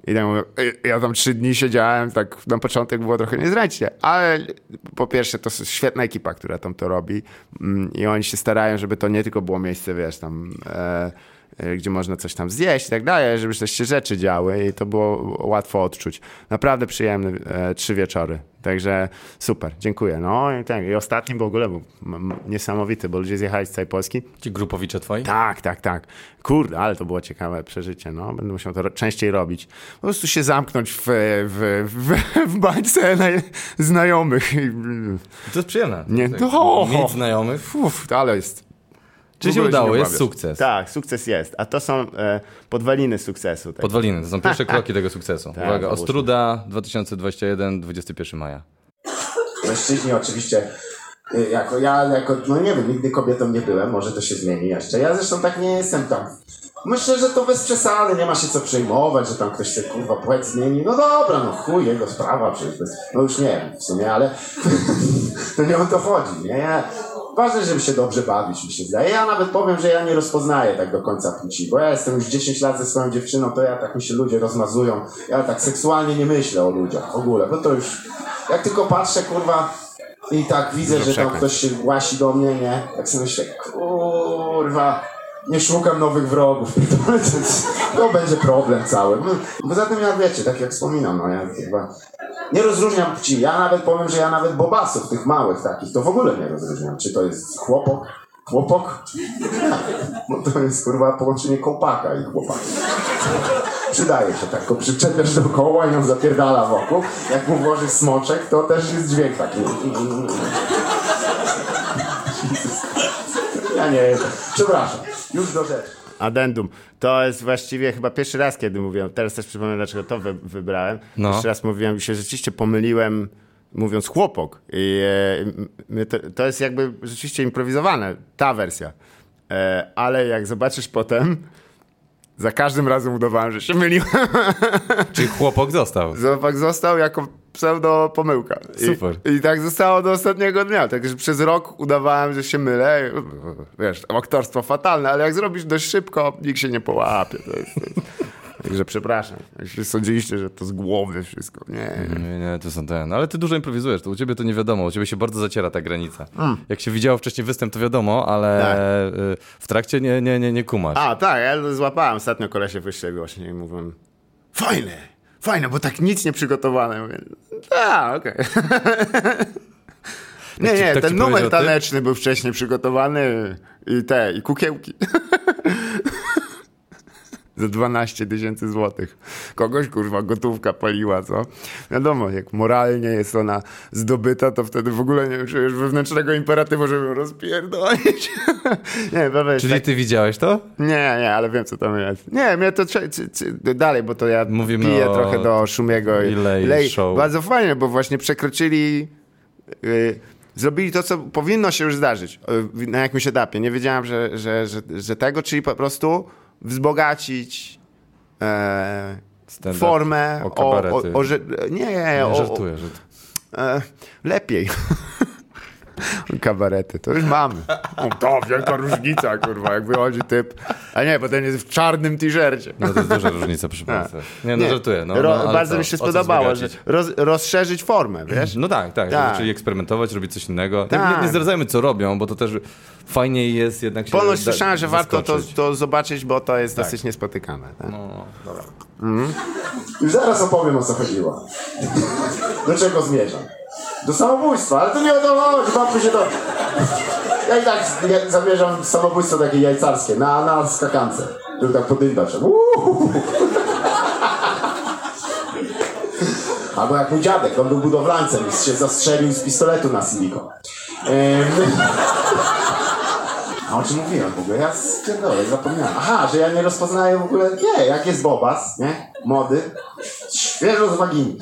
I tak mówię, ja tam trzy dni siedziałem, tak na początek było trochę niezręcznie, ale po pierwsze to jest świetna ekipa, która tam to robi i oni się starają, żeby to nie tylko było miejsce, wiesz, tam... E, gdzie można coś tam zjeść i tak dalej, żeby też się rzeczy działy i to było łatwo odczuć. Naprawdę przyjemne e, trzy wieczory. Także super, dziękuję. No i tak, i ostatni w ogóle był m- niesamowity, bo ludzie zjechali z całej Polski. Ci grupowicze twoi? Tak, tak, tak. Kurde, ale to było ciekawe przeżycie, no. Będę musiał to ro- częściej robić. Po prostu się zamknąć w, w, w, w bańce na, znajomych. To jest przyjemne. Nie, tak, no, mieć znajomych. Uf, ale jest... Czy się udało? Jest sukces. Tak, sukces jest. A to są e, podwaliny sukcesu. Tak. Podwaliny, to są pierwsze kroki tego sukcesu. Tak, Uwaga, Ostróda, dwa tysiące dwudziesty pierwszy, dwudziestego pierwszego maja. Mężczyźni oczywiście, jako ja, jako, no nie wiem, nigdy kobietą nie byłem, może to się zmieni jeszcze. Ja zresztą tak nie jestem tam. Myślę, że to bez przesady, nie ma się co przejmować, że tam ktoś się kurwa płeć zmieni. No dobra, no chuj, jego sprawa przecież. Bez... No już nie wiem w sumie, ale to nie o to chodzi, nie? Ja... Ważne, żeby się dobrze bawić, mi się zdaje. Ja nawet powiem, że ja nie rozpoznaję tak do końca płci, bo ja jestem już dziesięć lat ze swoją dziewczyną, to ja tak mi się ludzie rozmazują. Ja tak seksualnie nie myślę o ludziach w ogóle, bo to już... Jak tylko patrzę, kurwa, i tak widzę, że tam ktoś się głasi do mnie, nie? Tak sobie myślę, kurwa, nie szukam nowych wrogów. To będzie problem cały. Poza tym ja wiecie, tak jak wspominam, no ja chyba... Nie rozróżniam płci. Ja nawet powiem, że ja nawet bobasów, tych małych takich, to w ogóle nie rozróżniam. Czy to jest chłopok? Chłopok? Bo to jest kurwa połączenie kołpaka i chłopaka. Przydaje się tak, go przyczepiasz dookoła i on zapierdala wokół. Jak mu włożysz smoczek, to też jest dźwięk taki. Ja nie wiem. Przepraszam. Już do rzeczy. Addendum. To jest właściwie chyba pierwszy raz, kiedy mówiłem. Teraz też przypomnę, dlaczego to wy, wybrałem. No. Pierwszy raz mówiłem i się rzeczywiście pomyliłem, mówiąc chłopok. I e, to, to jest jakby rzeczywiście improwizowane, ta wersja. E, ale jak zobaczysz potem, za każdym razem udawałem, że się myliłem. Czyli chłopok został. Chłopak został jako pseudo pomyłka. Super. I, I tak zostało do ostatniego dnia. Także przez rok udawałem, że się mylę. Wiesz, aktorstwo fatalne, ale jak zrobisz dość szybko, nikt się nie połapie. To jest, to jest. Także przepraszam. Jeśli sądziliście, że to z głowy wszystko. Nie, Nie, nie, to są ten. Ale ty dużo improwizujesz, to u ciebie to nie wiadomo. U ciebie się bardzo zaciera ta granica. Mm. Jak się widziało wcześniej występ, to wiadomo, ale Tak. w trakcie nie, nie, nie, nie kumasz. A, tak, ja złapałem ostatnio kolesie wyższego właśnie i mówiłem, fajne, fajne, bo tak nic nie przygotowane. Mówię, a, okej. Okay. Nie, ci- nie, tak ten ci numer powiedział ty? taneczny był wcześniej przygotowany i te, i kukiełki. Za dwanaście tysięcy złotych. Kogoś, kurwa, gotówka paliła, co? Wiadomo, jak moralnie jest ona zdobyta, to wtedy w ogóle nie czujesz wewnętrznego imperatywu, żeby ją rozpierdolić. Nie, prawda jest Czyli tak... ty widziałeś to? Nie, nie, ale wiem, co tam jest. Nie, mnie to c- c- c- dalej, bo to ja Mówimy piję o trochę do Szumiego i Relay Lej. Show. Bardzo fajnie, bo właśnie przekroczyli... Yy, zrobili to, co powinno się już zdarzyć yy, na jakimś etapie. Nie wiedziałem, że, że, że, że tego, czyli po prostu wzbogacić e, Stand-up formę o kabarety. o, o, o, że, nie, Nie, o, żartuję, że... e, lepiej. Kabarety, to już mamy. O, to wielka różnica, kurwa, jak wychodzi typ. A nie, bo ten jest w czarnym t-shircie. No to jest duża różnica, proszę państwa. Nie, no Nie, żartuję. No, Ro, no, ale bardzo co? mi się O co spodobało, że wzbogacić? roz, rozszerzyć formę, wiesz? No tak, tak, Tak. czyli eksperymentować, robić coś innego. Tak. Nie, nie zdradzajmy, co robią, bo to też fajniej jest jednak się Ponoć da- słyszałem, że warto to, zaskoczyć. to zobaczyć, bo to jest dosyć niespotykane. Tak? No, dobra. Już zaraz opowiem, o co chodziło. Do czego zmierzam? Do samobójstwa, ale to nie o to chodzi, bawmy się to... Ja i tak ja zamierzam samobójstwo takie jajcarskie, na, na skakance, żeby tak podyndać. Albo jak mój dziadek, on był budowlańcem i się zastrzelił z pistoletu na Silicon. Ehm... A o czym mówiłem w ogóle? Ja spierdolę, zapomniałem. Aha, że ja nie rozpoznaję w ogóle... Nie, jak jest bobas, nie? Młody. Świeżo z waginy.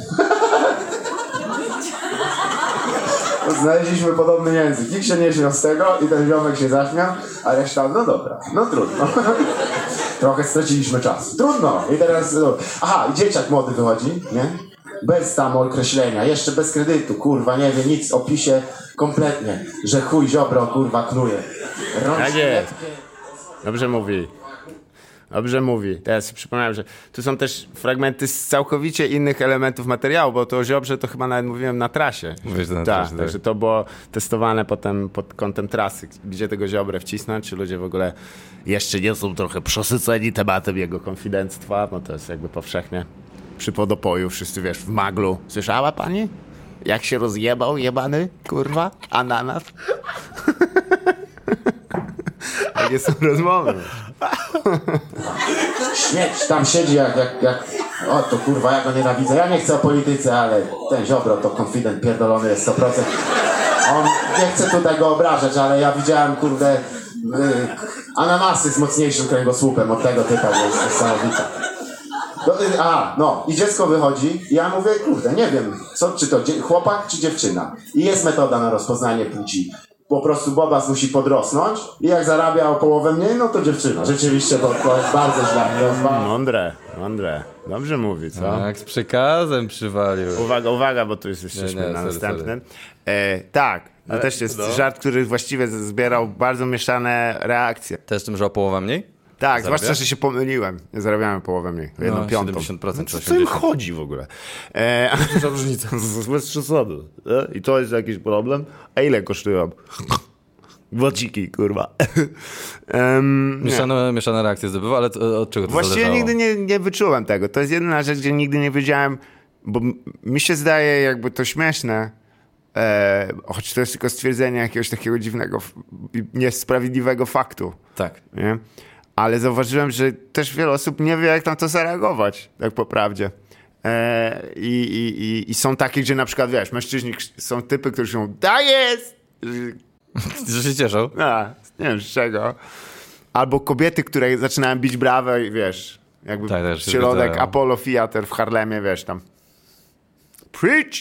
Znaleźliśmy podobny język. Nikt się nie śmiał z tego i ten ziomek się zaśmiał, a reszta, no dobra, no trudno. Trochę straciliśmy czas. Trudno. I teraz, no. Aha, i dzieciak młody wychodzi, nie? Bez tam określenia, jeszcze bez kredytu, kurwa, nie wie nic o pisie kompletnie, że chuj ziobro, kurwa, knuje. Tak jest. Dobrze mówi. dobrze mówi. Teraz sobie przypomniałem, że tu są też fragmenty z całkowicie innych elementów materiału, bo to o Ziobrze to chyba nawet mówiłem na trasie. Mówisz to na tak, trasie, także tak. to było testowane potem pod kątem trasy, gdzie tego Ziobrę wcisnąć, czy ludzie w ogóle jeszcze nie są trochę przesyceni tematem jego konfidenctwa, bo to jest jakby powszechnie przy podopoju, wszyscy wiesz, w maglu. Słyszała pani? Jak się rozjebał jebany, kurwa, ananas? Takie są rozmowy. Śmieć tam siedzi jak, jak, jak... O, to kurwa, ja go nienawidzę. Ja nie chcę o polityce, ale ten Ziobro to konfident pierdolony jest sto procent. On nie chce tutaj go obrażać, ale ja widziałem, kurde, yy, ananasy z mocniejszym kręgosłupem od tego typa, bo jest niesamowite. No, yy, a, no, i dziecko wychodzi i ja mówię, kurde, nie wiem, co, czy to dzie- chłopak, czy dziewczyna. I jest metoda na rozpoznanie płci. Po prostu Bobas musi podrosnąć i jak zarabia o połowę mniej, no to dziewczyna. Rzeczywiście to, to jest bardzo źle. To jest bardzo... Mądre, mądre. Dobrze mówi, co? Tak, z przekazem przywalił. Uwaga, uwaga, bo tu jest jesteśmy Nie, nie, na sorry, następnym. E, tak, to Ale- też jest no. żart, który właściwie zbierał bardzo mieszane reakcje. Też tym, że o połowę mniej? Tak, Zarabia? zwłaszcza, że się pomyliłem. Zarabiałem połowę mniej, jedną No, piątą. siedemdziesiąt procent No, czy co co im osiemdziesiąt procent? chodzi w ogóle? E, Duża różnica. Bez przesady. E? I to jest jakiś problem? A ile kosztują? Wociki, kurwa. um, Mieszane, mieszane reakcje zdobywa, ale to, od czego to Właściwie zależało? nigdy nie, nie wyczułem tego. To jest jedyna rzecz, gdzie nigdy nie wiedziałem, bo m- mi się zdaje jakby to śmieszne, e, choć to jest tylko stwierdzenie jakiegoś takiego dziwnego, f- niesprawiedliwego faktu. Tak. Nie? Ale zauważyłem, że też wiele osób nie wie, jak na to zareagować, tak po prawdzie. E, i, i, i, I są takie, gdzie na przykład, wiesz, mężczyźni, krz- są typy, którzy mówią, da jest! Że się cieszą? A, nie wiem z czego. Albo kobiety, które zaczynają bić brawo i wiesz, jakby Tak, też się środek zgadzają. Apollo Theater w Harlemie, wiesz, tam preach!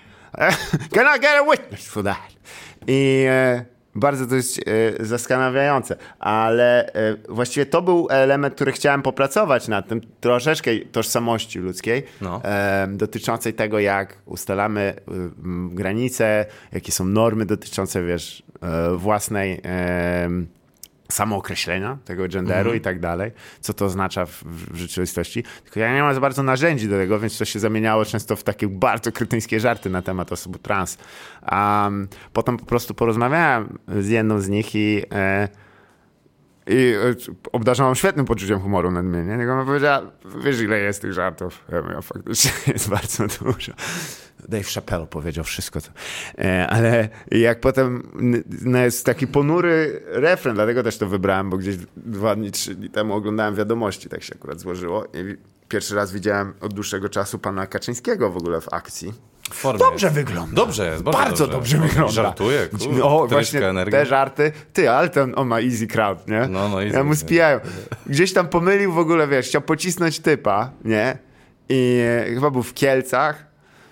Can I get a witness for that? I e, bardzo to jest e, zastanawiające, ale e, właściwie to był element, który chciałem popracować nad tym, troszeczkę tożsamości ludzkiej, No. e, dotyczącej tego, jak ustalamy e, m, granice, jakie są normy dotyczące, wiesz, e, własnej e, samookreślenia tego genderu Mhm. i tak dalej, co to oznacza w, w rzeczywistości. Tylko ja nie mam za bardzo narzędzi do tego, więc to się zamieniało często w takie bardzo krytyńskie żarty na temat osób trans. Um, potem po prostu porozmawiałem z jedną z nich i, e, i e, obdarzyłam świetnym poczuciem humoru nadmiennie. Tylko ona powiedziała, wiesz ile jest tych żartów? Ja mówię, faktycznie jest bardzo dużo. Dave Chappelle powiedział wszystko. To. E, ale jak potem no jest taki ponury refren, dlatego też to wybrałem, bo gdzieś dwa dni, trzy dni temu oglądałem Wiadomości, tak się akurat złożyło. I pierwszy raz widziałem od dłuższego czasu pana Kaczyńskiego w ogóle w akcji. W formie Dobrze jest. wygląda. Dobrze jest, bardzo, Bardzo dobrze, wygląda. Żartuje, kurde, O, tryska właśnie energia. te żarty. Ty, ale ten, on ma easy crowd, nie? No, no, easy, ja mu nie. spijają. Gdzieś tam pomylił w ogóle, wiesz, chciał pocisnąć typa, nie? I e, chyba był w Kielcach.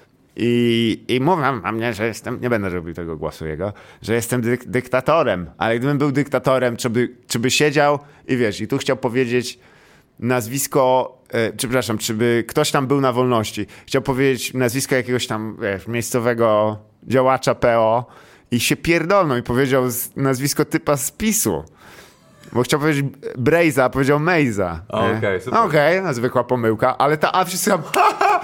I, I mówią na mnie, że jestem, nie będę robił tego głosu jego, że jestem dyk, dyktatorem, ale gdybym był dyktatorem, czy by, czy by siedział i wiesz, i tu chciał powiedzieć nazwisko, e, czy, przepraszam, czy by ktoś tam był na wolności, chciał powiedzieć nazwisko jakiegoś tam, wiesz, miejscowego działacza P O i się pierdolnął i powiedział z, nazwisko typa z PiSu. Bo chciał powiedzieć Brejza, a powiedział Mejza. Okej, okay, super. Okej, okay, zwykła pomyłka, ale ta, a wszyscy tam, ha, ha,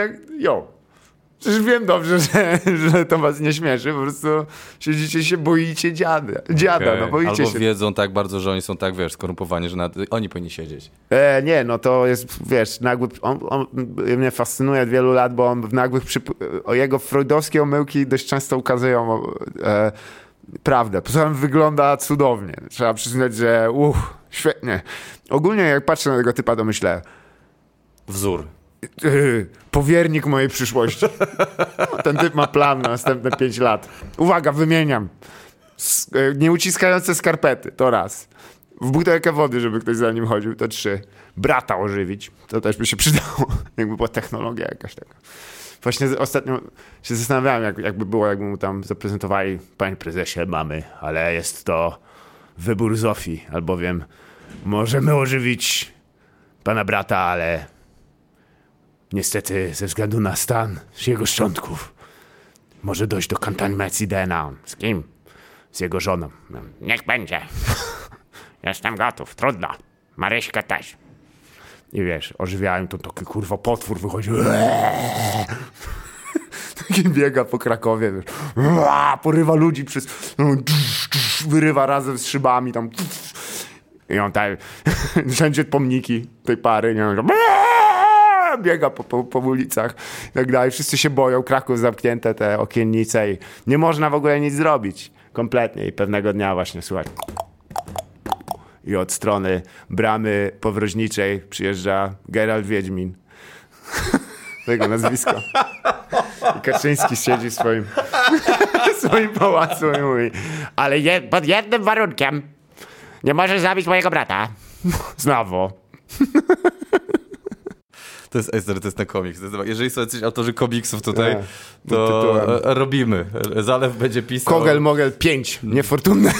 jo. Przecież wiem dobrze, że, że to was nie śmieszy, po prostu siedzicie się, boicie dziada, dziada Okay. no boicie Albo się. wiedzą tak bardzo, że oni są tak, wiesz, skorumpowani, że nad... oni powinni siedzieć. E, nie, no to jest, wiesz, nagły, on, on mnie fascynuje od wielu lat, bo on w nagłych, przyp- o jego freudowskie omyłki dość często ukazują e, prawdę. Poza tym wygląda cudownie. Trzeba przyznać, że uff, świetnie. Ogólnie jak patrzę na tego typa, to myślę, Wzór. Yy, powiernik mojej przyszłości. No, ten typ ma plan na następne pięć lat. Uwaga, wymieniam. S- yy, nieuciskające skarpety, to raz. W butelkę wody, żeby ktoś za nim chodził, to trzy. Brata ożywić, to też by się przydało. Jakby była technologia jakaś taka. Właśnie z- ostatnio się zastanawiałem, jak, jakby było, jakby mu tam zaprezentowali, panie prezesie, mamy, ale jest to wybór Zofii, albowiem możemy ożywić pana brata, ale niestety, ze względu na stan jego szczątków, może dojść do kontaminacji. Z kim? Z jego żoną. Niech będzie. Jestem gotów, trudno. Maryśka też. I wiesz, ożywiałem, to taki kurwa potwór wychodzi. Taki biega po Krakowie, wiesz. Porywa ludzi przez... Wyrywa razem z szybami tam. I on tak... Wszędzie pomniki tej pary, nie? Biega po, po, po ulicach i tak dalej. Wszyscy się boją, Kraków zamknięte te okiennice i nie można w ogóle nic zrobić. Kompletnie. I pewnego dnia właśnie, słuchaj... I od strony bramy powroźniczej przyjeżdża Geralt Wiedźmin. Tego nazwiska. I Kaczyński siedzi w swoim, w swoim pałacu i mówi: ale je, pod jednym warunkiem. Nie możesz zabić mojego brata. Znowu. To jest, ej, to jest ten komiks. To jest, jeżeli są jacyś autorzy komiksów tutaj, to robimy. Zalew będzie pisał... Kogel Mogel pięć. Niefortunne.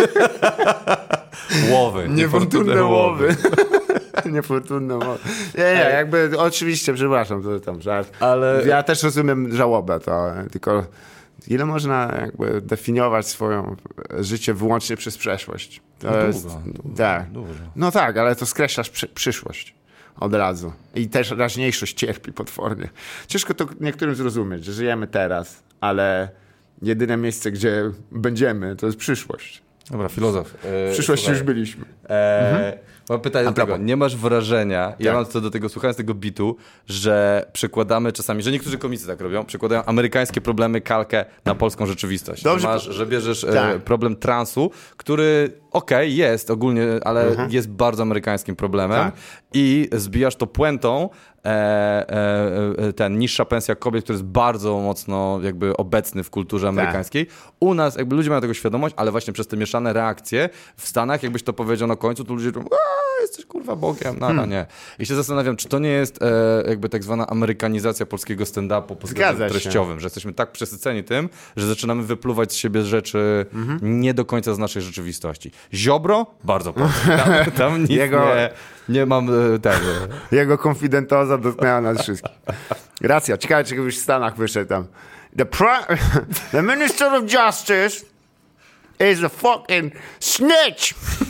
Łowy. Niefortunne łowy. Niefortunne łowy. Nie, nie, jakby oczywiście, przepraszam, to tam żart. Ale... Ja też rozumiem żałobę, to tylko ile można jakby definiować swoje życie wyłącznie przez przeszłość? To no jest... Długo, długo, tak. Dużo. No tak, ale to skreślasz przy, przyszłość. Od razu. I też raźniejszość cierpi potwornie. Ciężko to niektórym zrozumieć, że żyjemy teraz, ale jedyne miejsce, gdzie będziemy, to jest przyszłość. Dobra, filozof. W przyszłości już byliśmy. E, mhm. Mam pytanie do tego. Nie masz wrażenia, ja tak. mam co do tego, słuchając tego bitu, że przekładamy czasami, że niektórzy komicy tak robią, przekładają amerykańskie problemy, kalkę na polską rzeczywistość. Dobrze. Że, masz, że bierzesz tak. e, problem transu, który okej, okay, jest ogólnie, ale mhm. jest bardzo amerykańskim problemem tak. i zbijasz to puentą e, e, ten niższa pensja kobiet, który jest bardzo mocno jakby obecny w kulturze amerykańskiej. Tak. U nas jakby ludzie mają tego świadomość, ale właśnie przez te mieszane reakcje w Stanach, jakbyś to powiedział na końcu, to ludzie mówią: jesteś kurwa Bogiem, no, hmm. no nie. I się zastanawiam, czy to nie jest e, jakby tak zwana amerykanizacja polskiego stand-upu pod względem treściowym, że jesteśmy tak przesyceni tym, że zaczynamy wypluwać z siebie rzeczy mm-hmm. nie do końca z naszej rzeczywistości. Ziobro? Bardzo prosto. Tam, tam nic Jego... nie, nie mam tego. Jego konfidentoza dotknęła nas wszystkich. Racja. Ciekawe, czy już w Stanach wyszedł tam. The, pri- the Minister of Justice is a fucking snitch!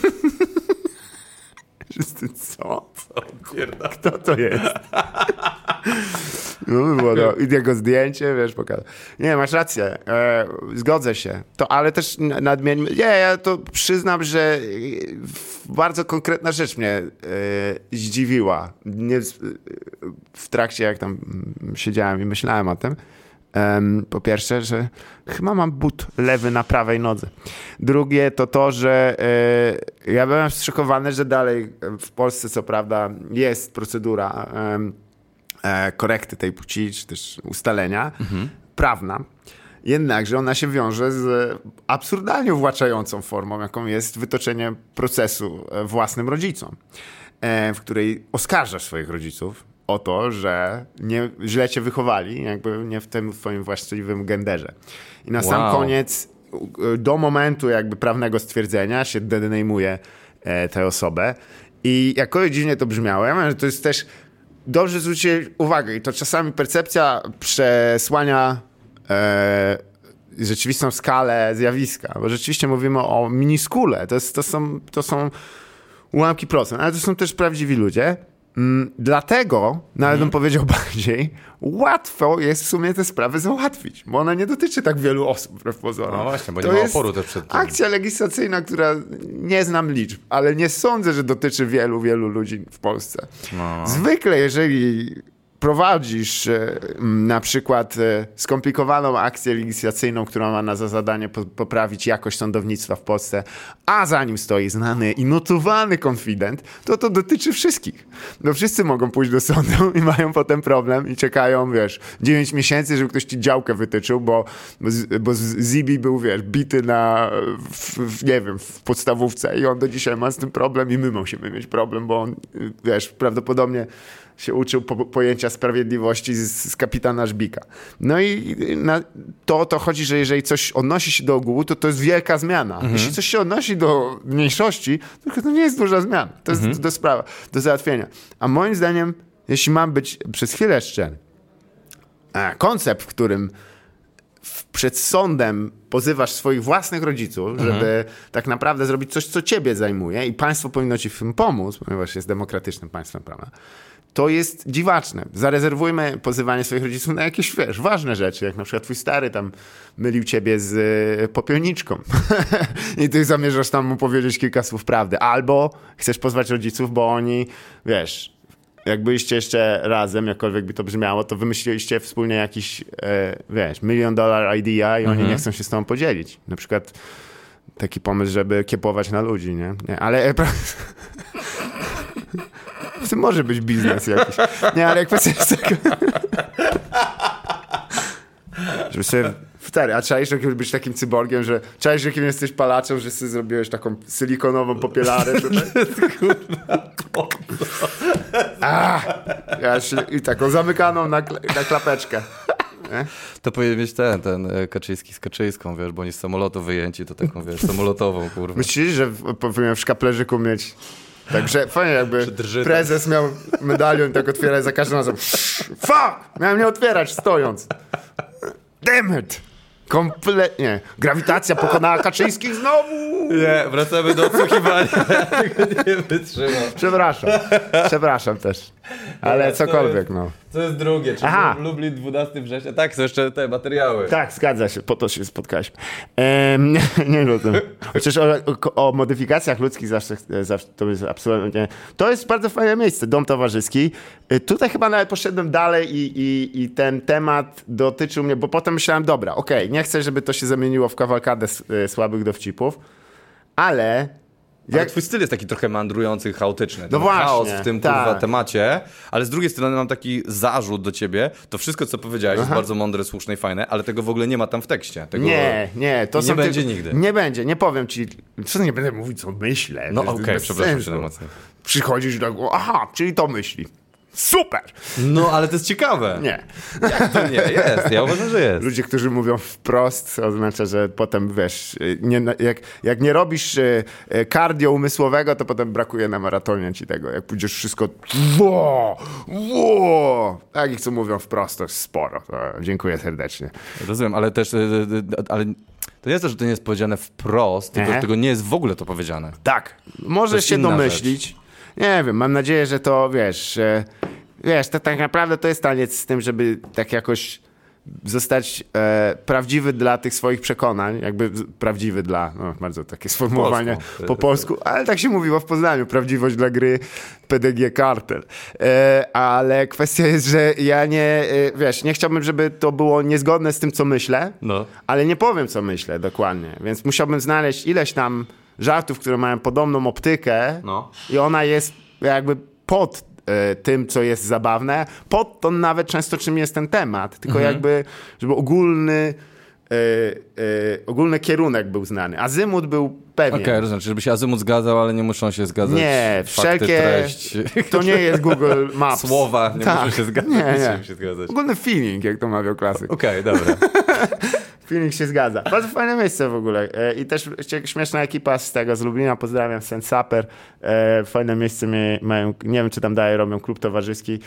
Co? Co? Kto to jest? No, było to. I jego zdjęcie, wiesz, pokazał. Nie, masz rację. E, zgodzę się. To, ale też nadmieńmy. Nie, ja to przyznam, że bardzo konkretna rzecz mnie e, zdziwiła. Nie, w trakcie, jak tam siedziałem i myślałem o tym. Um, po pierwsze, że chyba mam but lewy na prawej nodze. Drugie to to, że e, ja byłem zszokowany, że dalej w Polsce co prawda jest procedura e, e, korekty tej płci, czy też ustalenia mhm. prawna. Jednakże ona się wiąże z absurdalnie uwłaczającą formą, jaką jest wytoczenie procesu własnym rodzicom, e, w której oskarżasz swoich rodziców o to, że nie, źle cię wychowali, jakby nie w tym twoim właściwym genderze. I na wow. sam koniec, do momentu jakby prawnego stwierdzenia się denejmuje e, tę osobę. I jakoś dziwnie to brzmiało. Ja myślę, że to jest też dobrze zwrócić uwagę i to czasami percepcja przesłania e, rzeczywistą skalę zjawiska, bo rzeczywiście mówimy o miniskule. To, jest, to, są, to są ułamki procent, ale to są też prawdziwi ludzie. Mm, dlatego, nawet bym powiedział bardziej, łatwo jest w sumie te sprawy załatwić, bo ona nie dotyczy tak wielu osób, wbrew pozorom. No właśnie, bo to nie ma oporu też przed tym. Akcja legislacyjna, która nie znam liczb, ale nie sądzę, że dotyczy wielu, wielu ludzi w Polsce. No. Zwykle, jeżeli prowadzisz e, na przykład e, skomplikowaną akcję legislacyjną, która ma na za zadanie po, poprawić jakość sądownictwa w Polsce, a za nim stoi znany i notowany konfident, to to dotyczy wszystkich. No wszyscy mogą pójść do sądu i mają potem problem i czekają, wiesz, dziewięć miesięcy, żeby ktoś ci działkę wytyczył, bo, bo, bo Zibi był, wiesz, bity na, w, w, nie wiem, w podstawówce i on do dzisiaj ma z tym problem i my musimy mieć problem, bo on, wiesz, prawdopodobnie się uczył po, pojęcia sprawiedliwości z, z kapitana Żbika. No i na to o to chodzi, że jeżeli coś odnosi się do ogółu, to to jest wielka zmiana. Mhm. Jeśli coś się odnosi do mniejszości, to to nie jest duża zmiana. To jest mhm. do sprawa, do załatwienia. A moim zdaniem, jeśli mam być przez chwilę szczery, koncept, w którym w, przed sądem pozywasz swoich własnych rodziców, mhm. żeby tak naprawdę zrobić coś, co ciebie zajmuje i państwo powinno ci w tym pomóc, ponieważ jest demokratycznym państwem prawa, to jest dziwaczne. Zarezerwujmy pozywanie swoich rodziców na jakieś, wiesz, ważne rzeczy, jak na przykład twój stary tam mylił ciebie z y, popielniczką i ty zamierzasz tam mu powiedzieć kilka słów prawdy. Albo chcesz pozwać rodziców, bo oni, wiesz, jak byliście jeszcze razem, jakkolwiek by to brzmiało, to wymyśliliście wspólnie jakiś, e, wiesz, million dollar idea i oni mhm. nie chcą się z tobą podzielić. Na przykład taki pomysł, żeby kiepować na ludzi, nie? nie ale... W tym może być biznes jakiś. Nie, ale kwestia jest taka... Żeby sobie... Stary, a czaisz, żeby być takim cyborgiem, że czaisz, jakim jesteś palaczem, że sobie zrobiłeś taką silikonową popielarę tutaj? A, ja się, i taką zamykaną na, na klapeczkę. Nie? To powinien mieć ten, ten Kaczyński z Kaczyńską, wiesz, bo oni z samolotu wyjęci, to taką, wiesz, samolotową, kurwa. Myślisz, że powinien w szkaplerzyku mieć... Także fajnie, jakby prezes miał medalion i tak otwierać za każdym razem. Fuck! Miałem nie otwierać stojąc. Damn it! Kompletnie. Grawitacja pokonała Kaczyńskich znowu! Nie, wracamy do odsłuchiwania. Tego nie wytrzymam. Przepraszam. Przepraszam też. Ale Dobra, cokolwiek, jest, no. To jest drugie, czyli Aha. Lublin dwunastego września. Tak, są jeszcze te materiały. Tak, zgadza się. Po to się spotkaliśmy. Ehm, nie, nie wiem o tym. Chociaż o, o, o modyfikacjach ludzkich zawsze, zawsze to jest absolutnie... To jest bardzo fajne miejsce. Dom towarzyski. Tutaj chyba nawet poszedłem dalej i, i, i ten temat dotyczył mnie, bo potem myślałem, dobra, okej, okay, nie chcę, żeby to się zamieniło w kawalkadę słabych dowcipów, ale... Jak... Ale twój styl jest taki trochę mandrujący, chaotyczny. No właśnie, chaos w tym tak. kurwa temacie, ale z drugiej strony mam taki zarzut do ciebie. To wszystko, co powiedziałeś, Aha. jest bardzo mądre, słuszne i fajne, ale tego w ogóle nie ma tam w tekście. Tego... Nie, nie. To nie są będzie ty... nigdy. Nie będzie, nie powiem ci. Co nie będę mówić, co myślę. No okej, okay, przepraszam cię najmocniej. Przychodzisz i tak, aha, czyli to myśli. Super! No, ale to jest ciekawe. Nie. Jak to nie? Jest, ja uważam, że jest. Ludzie, którzy mówią wprost, oznacza, że potem, wiesz, nie, jak, jak nie robisz cardio umysłowego, to potem brakuje na maratonie ci tego. Jak pójdziesz wszystko wo, wo. Takich, co mówią wprost, to jest sporo. To dziękuję serdecznie. Rozumiem, ale też, ale to nie jest to, że to nie jest powiedziane wprost, tylko że tego nie jest w ogóle to powiedziane. Tak. Możesz się domyślić. Rzecz. Nie wiem, mam nadzieję, że to, wiesz, e, wiesz, to tak naprawdę to jest taniec z tym, żeby tak jakoś zostać e, prawdziwy dla tych swoich przekonań, jakby prawdziwy dla, no bardzo takie sformułowanie po, po polsku, ale tak się mówiło w Poznaniu, prawdziwość dla gry P D G Kartel. E, ale kwestia jest, że ja nie, e, wiesz, nie chciałbym, żeby to było niezgodne z tym, co myślę, no. ale nie powiem, co myślę dokładnie, więc musiałbym znaleźć ileś tam żartów, które mają podobną optykę no. i ona jest jakby pod y, tym, co jest zabawne, pod to nawet często czym jest ten temat, tylko mhm. jakby, żeby ogólny y, y, ogólny kierunek był znany. Azymut był pewien. Okej, okay, rozumiem, żeby się azymut zgadzał, ale nie muszą się zgadzać nie, fakty, wszelkie, treść. To nie jest Google Maps. Słowa nie tak. muszą się zgadzać. Nie, nie. Się zgadzać. Ogólny feeling, jak to mawiał klasyk. Okej, okay, dobra. Feeling się zgadza. Bardzo fajne miejsce w ogóle. I też śmieszna ekipa z tego, z Lublina. Pozdrawiam, Saint Saper. Fajne miejsce mają, nie wiem, czy tam dalej robią klub towarzyski.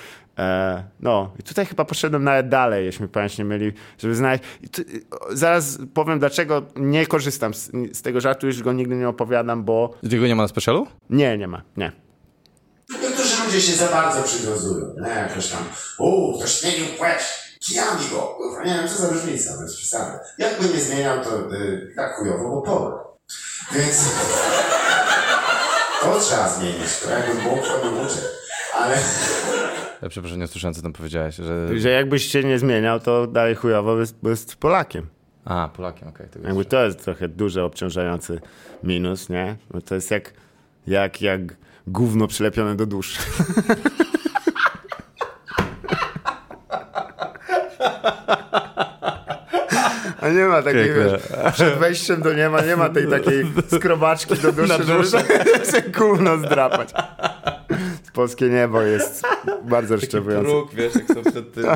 No i tutaj chyba poszedłem nawet dalej, jeśli mi pamięć nie myli, żeby znaleźć. Tu, zaraz powiem, dlaczego nie korzystam z, z tego żartu, już go nigdy nie opowiadam, bo... Tego nie ma na specialu? Nie, nie ma, nie. Niektórzy ludzie się za bardzo przywiązują. Nie, jakoś tam, uuu, ktoś zmienił płeć. Kijami go, kurwa, nie wiem, co za różnica, to jest przesadzone. Jakby nie zmieniał, to yy, tak chujowo, bo powrót. Więc to trzeba zmienić, to jakby Bóg to nie uczy. Ale... Ja przepraszam, nie usłyszałem, co tam powiedziałeś, że... Że jakbyś się nie zmieniał, to dalej chujowo, bo jest Polakiem. A, Polakiem, okej. Okay, jakby to jest trochę duży, obciążający minus, nie? Bo to jest jak, jak, jak gówno przylepione do duszy. A nie ma takiej, wiesz, przed wejściem do nieba nie ma tej takiej skrobaczki do duszy, żeby się gówno zdrapać. Polskie niebo jest bardzo rozczarowujące. Próg, wiesz, jak są przed tym.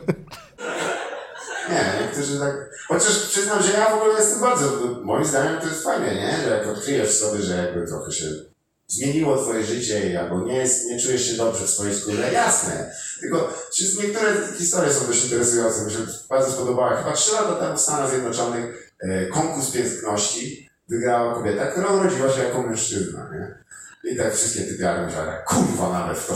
Nie, niektórzy tak... Chociaż przyznam, że ja w ogóle jestem bardzo... Moim zdaniem to jest fajne, nie? Że jak odkryjesz sobie, że jakby trochę się zmieniło twoje życie, albo nie, jest, nie czujesz się dobrze w swojej skórze, jasne. Tylko czy niektóre historie są dość interesujące, mi się bardzo spodobały. Chyba trzy lata temu w Stanach Zjednoczonych e, konkurs piękności wygrała kobieta, która urodziła się jako mężczyzna, nie? I tak wszystkie typiary myślałem, kurwa nawet w to.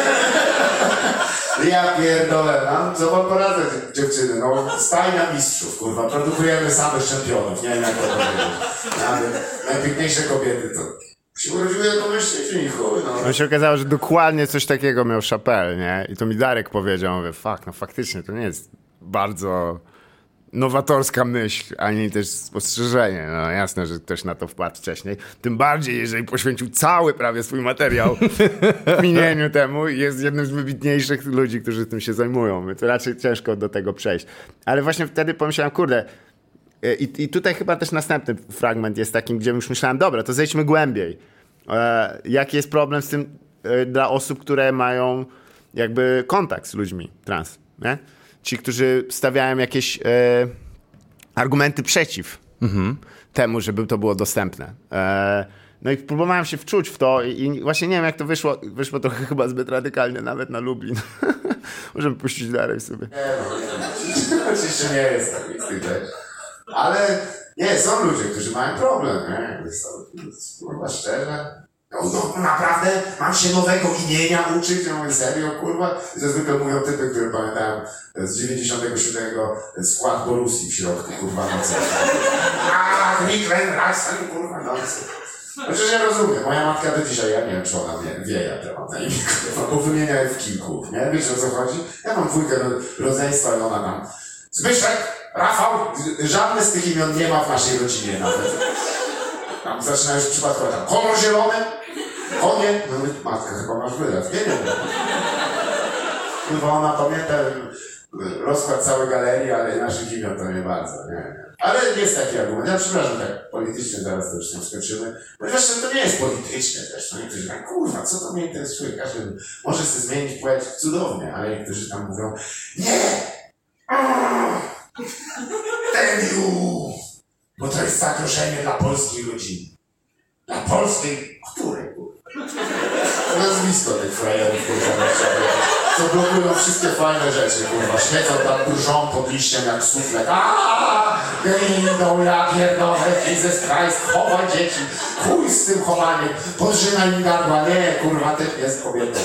Ja pierdolę, no, co wam poradzę, dziewczyny, no, stajnia mistrzów, kurwa, produkujemy samych czempionów, nie wiem jak to powiedzieć. Najpiękniejsze kobiety to się urodziły jako mężczyźni, chuj, no. No się okazało, że dokładnie coś takiego miał Chappelle, nie? I to mi Darek powiedział, mówię, fuck, no faktycznie, to nie jest bardzo nowatorska myśl, ani też spostrzeżenie. No jasne, że ktoś na to wpadł wcześniej. Tym bardziej, jeżeli poświęcił cały prawie swój materiał kminieniu temu, jest jednym z wybitniejszych ludzi, którzy tym się zajmują. To raczej ciężko do tego przejść. Ale właśnie wtedy pomyślałem, kurde, i, i tutaj chyba też następny fragment jest takim, gdzie już myślałem, dobra, to zejdźmy głębiej. E, jaki jest problem z tym e, dla osób, które mają jakby kontakt z ludźmi trans, nie? Ci, którzy stawiają jakieś e, argumenty przeciw mhm. temu, żeby to było dostępne. E, no i próbowałem się wczuć w to i, i właśnie nie wiem, jak to wyszło. Wyszło trochę chyba zbyt radykalnie, nawet na Lublin. Możemy puścić dalej sobie. Nie, no, nie, oczywiście nie jest tak nic tych rzeczy. Ale nie, są ludzie, którzy mają problem, nie? Jakby są, kurwa, szczerze. No, no naprawdę, mam się nowego imienia uczyć, ja mówię, serio, kurwa? I to zwykle mówią typy, które pamiętają z dziewięćdziesiątego siódmego skład Borussii w środku, kurwa, nocy. Aaa, Niklen, Rasen, kurwa, nocy. Znaczy, ja rozumiem, moja matka do dzisiaj, ja nie wiem, czy ona wie, wie jak to mam na imię, bo wymienia je w kilku, nie? Wiesz, o co chodzi? Ja mam dwójkę rodzeństwa i ona tam, Zbyszek, Rafał, żadne z tych imion nie ma w naszej rodzinie nawet. Tam zaczyna już przypadkowo tam, kolor zielony, konie, no matka, chyba masz wylew, nie wiem. Chyba ona pamięta rozkład całej galerii, ale naszych imion to nie bardzo, nie, nie. Ale jest taki argument, ja przepraszam, tak politycznie zaraz to już nie skończymy, ponieważ to nie jest polityczne też, no niektórzy tak, kurwa, co to mnie interesuje, każdy może sobie zmienić płeć cudownie, ale niektórzy tam mówią, nie! Temiu! Bo to jest zagrożenie dla polskiej rodziny. Dla polskiej, której? Nazwisko tych frajerów, kurwa, co blokują wszystkie fajne rzeczy, kurwa. Świecą tam drżą pod liściem jak suflek. Aaaa! Idą, ja pierdolę, Jesus Christ, chowaj dzieci. Chuj z tym chowaniem. Podrzynaj mi gardła. Nie, kurwa, ty jest kobietą.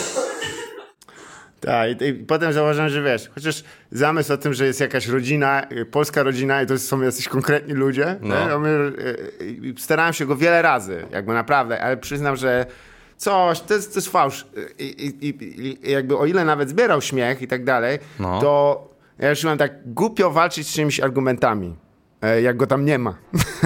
Tak, i, i potem zauważyłem, że wiesz, chociaż zamysł o tym, że jest jakaś rodzina, polska rodzina i to są jacyś konkretni ludzie, no. No, my, y, y, starałem się go wiele razy, jakby naprawdę, ale przyznam, że coś, to jest, to jest fałsz. I, i, i, jakby o ile nawet zbierał śmiech i tak dalej, no. To ja już mam tak głupio walczyć z czymś argumentami, jak go tam nie ma.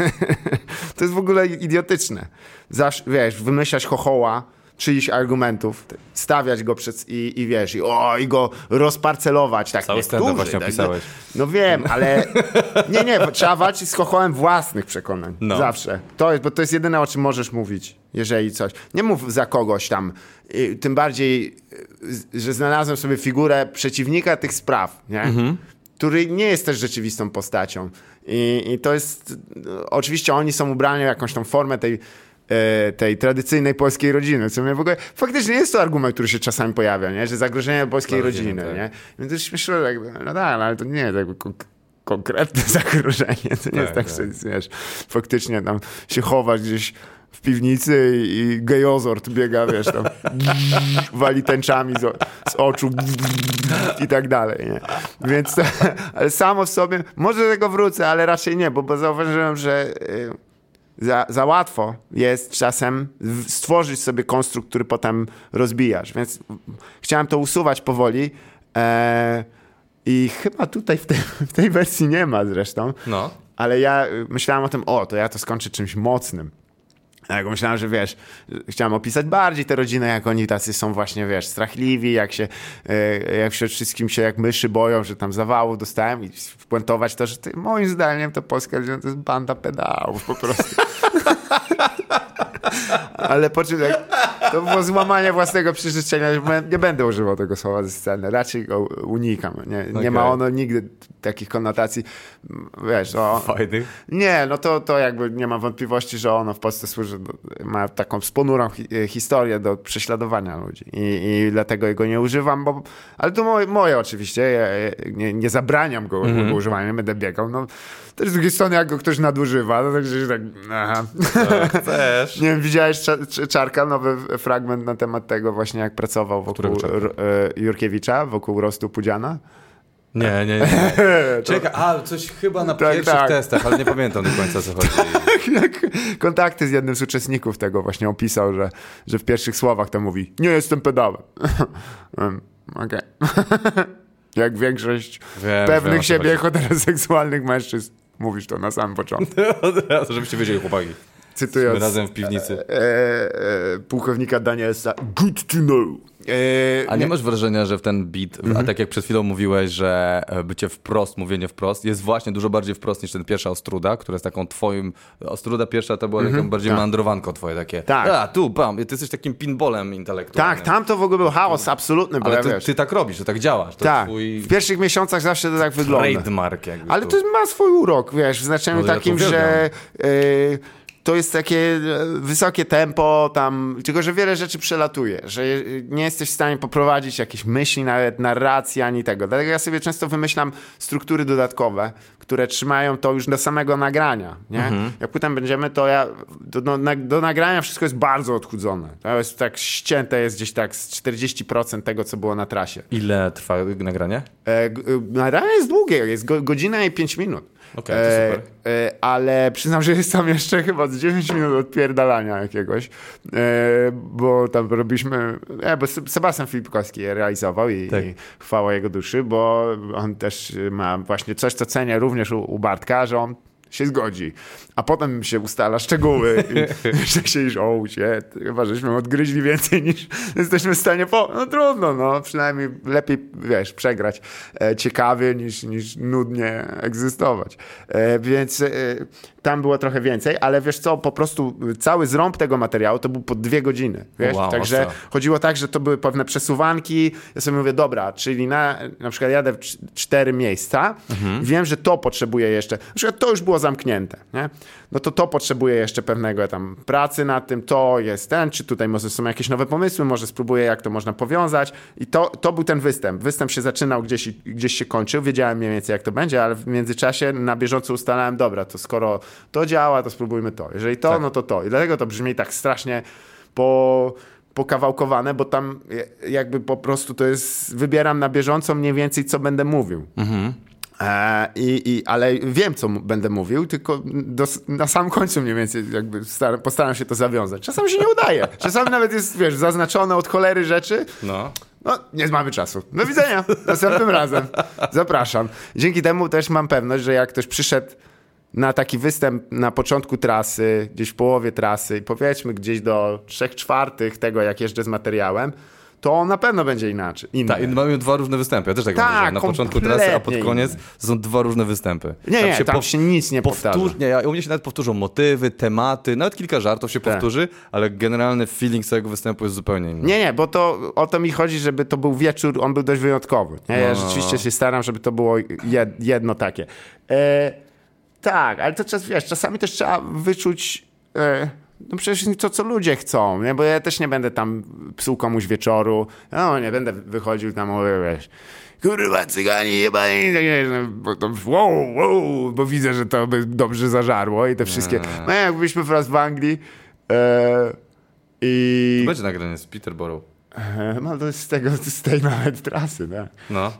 To jest w ogóle idiotyczne. Zawsze, wiesz, wymyślać chochoła, czyichś argumentów, stawiać go przed i, i wiesz, i, o, i go rozparcelować. Tak, cały stand-up właśnie tak, opisałeś. No, no wiem, ale nie, nie, trzeba walczyć z chochołem własnych przekonań. No. Zawsze. To jest, bo to jest jedyne, o czym możesz mówić, jeżeli coś. Nie mów za kogoś tam, i, tym bardziej, że znalazłem sobie figurę przeciwnika tych spraw, nie? Mhm. Który nie jest też rzeczywistą postacią. I, i to jest, oczywiście oni są ubrani w jakąś tą formę tej tej tradycyjnej polskiej rodziny, co mnie w ogóle, faktycznie jest to argument, który się czasami pojawia, nie? Że zagrożenie polskiej rodziny, tak. Nie? Więc to jest śmieszne, no tak, ale to nie jest jakby kon- konkretne zagrożenie, to nie tak, jest tak, tak, że wiesz, faktycznie tam się chowasz gdzieś w piwnicy i, i gejozort biega, wiesz, tam wali tęczami z, z oczu i tak dalej, nie? Więc, ale samo w sobie, może do tego wrócę, ale raczej nie, bo, bo zauważyłem, że Za, za łatwo jest czasem stworzyć sobie konstrukt, który potem rozbijasz. Więc chciałem to usuwać powoli. E, I chyba tutaj w tej, w tej wersji nie ma zresztą. No. Ale ja myślałem o tym, o, to ja to skończę czymś mocnym. Jak myślałem, że wiesz, chciałem opisać bardziej tę rodzinę, jak oni tacy są właśnie, wiesz, strachliwi, jak się, jak przede wszystkim się jak myszy boją, że tam zawału dostałem i wpuentować to, że ty, moim zdaniem to polska rodzina to jest banda pedałów po prostu. Ale po czym to było złamanie własnego przyrzeczenia. Nie będę używał tego słowa ze sceny. Raczej go unikam. Nie, nie okay. ma ono nigdy takich konotacji. Wiesz, o, fajnych. Nie, no to, to jakby nie mam wątpliwości, że ono w Polsce służy, ma taką ponurą hi, historię do prześladowania ludzi. I, i dlatego go nie używam, bo, ale to moje, moje oczywiście. Ja, nie, nie zabraniam go mm-hmm. używania, nie będę biegał. No, też z drugiej strony, jak go ktoś nadużywa, to także tak, aha. To chcesz. Nie wiem, widziałeś Czarka, nowy fragment na temat tego właśnie, jak pracował wokół Jurkiewicza, wokół rostu Pudziana? Nie, nie, nie. Czekaj, a coś chyba na tak, pierwszych tak. testach, ale nie pamiętam do końca, co chodzi. Jak kontakty z jednym z uczestników tego właśnie opisał, że, że w pierwszych słowach to mówi: nie jestem pedałem. Okej. Jak większość wiem, pewnych wiem, siebie heteroseksualnych mężczyzn mówisz to na samym początku. Od razu, żebyście wiedzieli, chłopaki. Cytując razem w piwnicy. E, e, e, pułkownika Danielsa, good to know. E, a nie, nie masz wrażenia, że w ten beat, mm-hmm. a tak jak przed chwilą mówiłeś, że bycie wprost, mówienie wprost, jest właśnie dużo bardziej wprost niż ten pierwsza Ostruda, która jest taką twoim... Ostruda pierwsza to była mm-hmm. taką bardziej tak. mandrowanko twoje takie. Tak. A, tu, bam, ty jesteś takim pinballem intelektualnym. Tak, tam to w ogóle był chaos absolutny. Ale bo ty, ja, wiesz, ty tak robisz, to tak działasz. To tak, twój... w pierwszych miesiącach zawsze to tak wygląda. Trademark jakby. Ale to ma swój urok, wiesz, w znaczeniu no, takim, ja że... Yy, to jest takie wysokie tempo tam, tylko że wiele rzeczy przelatuje, że nie jesteś w stanie poprowadzić jakiejś myśli, nawet narracji, ani tego. Dlatego ja sobie często wymyślam struktury dodatkowe, które trzymają to już do samego nagrania, nie? Mhm. Jak potem będziemy, to ja do, do, do nagrania wszystko jest bardzo odchudzone. To jest tak ścięte, jest gdzieś tak z czterdzieści procent tego, co było na trasie. Ile trwa nagranie? E, nagranie jest długie, jest go, godzina i pięć minut. Okej, okay, to super. E, e, ale przyznam, że jest tam jeszcze chyba z dziewięć minut odpierdalania jakiegoś, e, bo tam robiliśmy, e, bo Sebastian Filipkowski je realizował i, tak. i chwała jego duszy, bo on też ma właśnie coś, co cenię również u, u Bartka, że on się zgodzi, a potem się ustala szczegóły i jeszcze siedzisz, o shit, chyba żeśmy odgryźli więcej niż jesteśmy w stanie po... No trudno, no, przynajmniej lepiej, wiesz, przegrać e, ciekawie niż, niż nudnie egzystować. E, więc e, tam było trochę więcej, ale wiesz co, po prostu cały zrąb tego materiału to był po dwie godziny, wiesz, wow, także awesome. chodziło tak, że to były pewne przesuwanki, ja sobie mówię, dobra, czyli na, na przykład jadę w cztery miejsca, mhm. wiem, że to potrzebuję jeszcze, na przykład to już było zamknięte, nie? No to to potrzebuje jeszcze pewnego tam pracy nad tym, to jest ten, czy tutaj może są jakieś nowe pomysły, może spróbuję, jak to można powiązać i to, to był ten występ. Występ się zaczynał gdzieś i gdzieś się kończył, wiedziałem mniej więcej, jak to będzie, ale w międzyczasie na bieżąco ustalałem, dobra, to skoro to działa, to spróbujmy to. Jeżeli to, tak. no to to. I dlatego to brzmi tak strasznie po... pokawałkowane, bo tam jakby po prostu to jest, wybieram na bieżąco mniej więcej, co będę mówił. Mhm. E, i, i, ale wiem, co będę mówił, tylko do, na samym końcu mniej więcej jakby staram, postaram się to zawiązać. Czasami się nie udaje. Czasami nawet jest, wiesz, zaznaczone od cholery rzeczy. No. No, nie mamy czasu. Do widzenia. Następnym razem. Zapraszam. Dzięki temu też mam pewność, że jak ktoś przyszedł na taki występ na początku trasy, gdzieś w połowie trasy i powiedzmy gdzieś do trzech czwartych tego, jak jeżdżę z materiałem, to na pewno będzie inaczej. Tak, i mamy dwa różne występy. Ja też tak, tak mam, że na początku trasy, a pod koniec inny. Są dwa różne występy. Nie, tam nie, się, tam po... się nic nie powtarza. Nie, ja, u mnie się nawet powtórzą motywy, tematy, nawet kilka żartów się tak. powtórzy, ale generalny feeling całego występu jest zupełnie inny. Nie, nie, bo to o to mi chodzi, żeby to był wieczór, on był dość wyjątkowy. Nie? Ja no. rzeczywiście się staram, żeby to było jedno takie. E, tak, ale to czas, wiesz, czasami też trzeba wyczuć... E, No przecież to, co ludzie chcą, nie? Bo ja też nie będę tam psuł komuś wieczoru, no nie będę wychodził tam, wiesz, kurwa, cygani jebani, bo, to, wow, wow, bo widzę, że to by dobrze zażarło i te wszystkie, no jak byliśmy po raz w Anglii e, i... To będzie nagranie z Peterborough. No to jest z, tego, z tej nawet trasy, tak? No.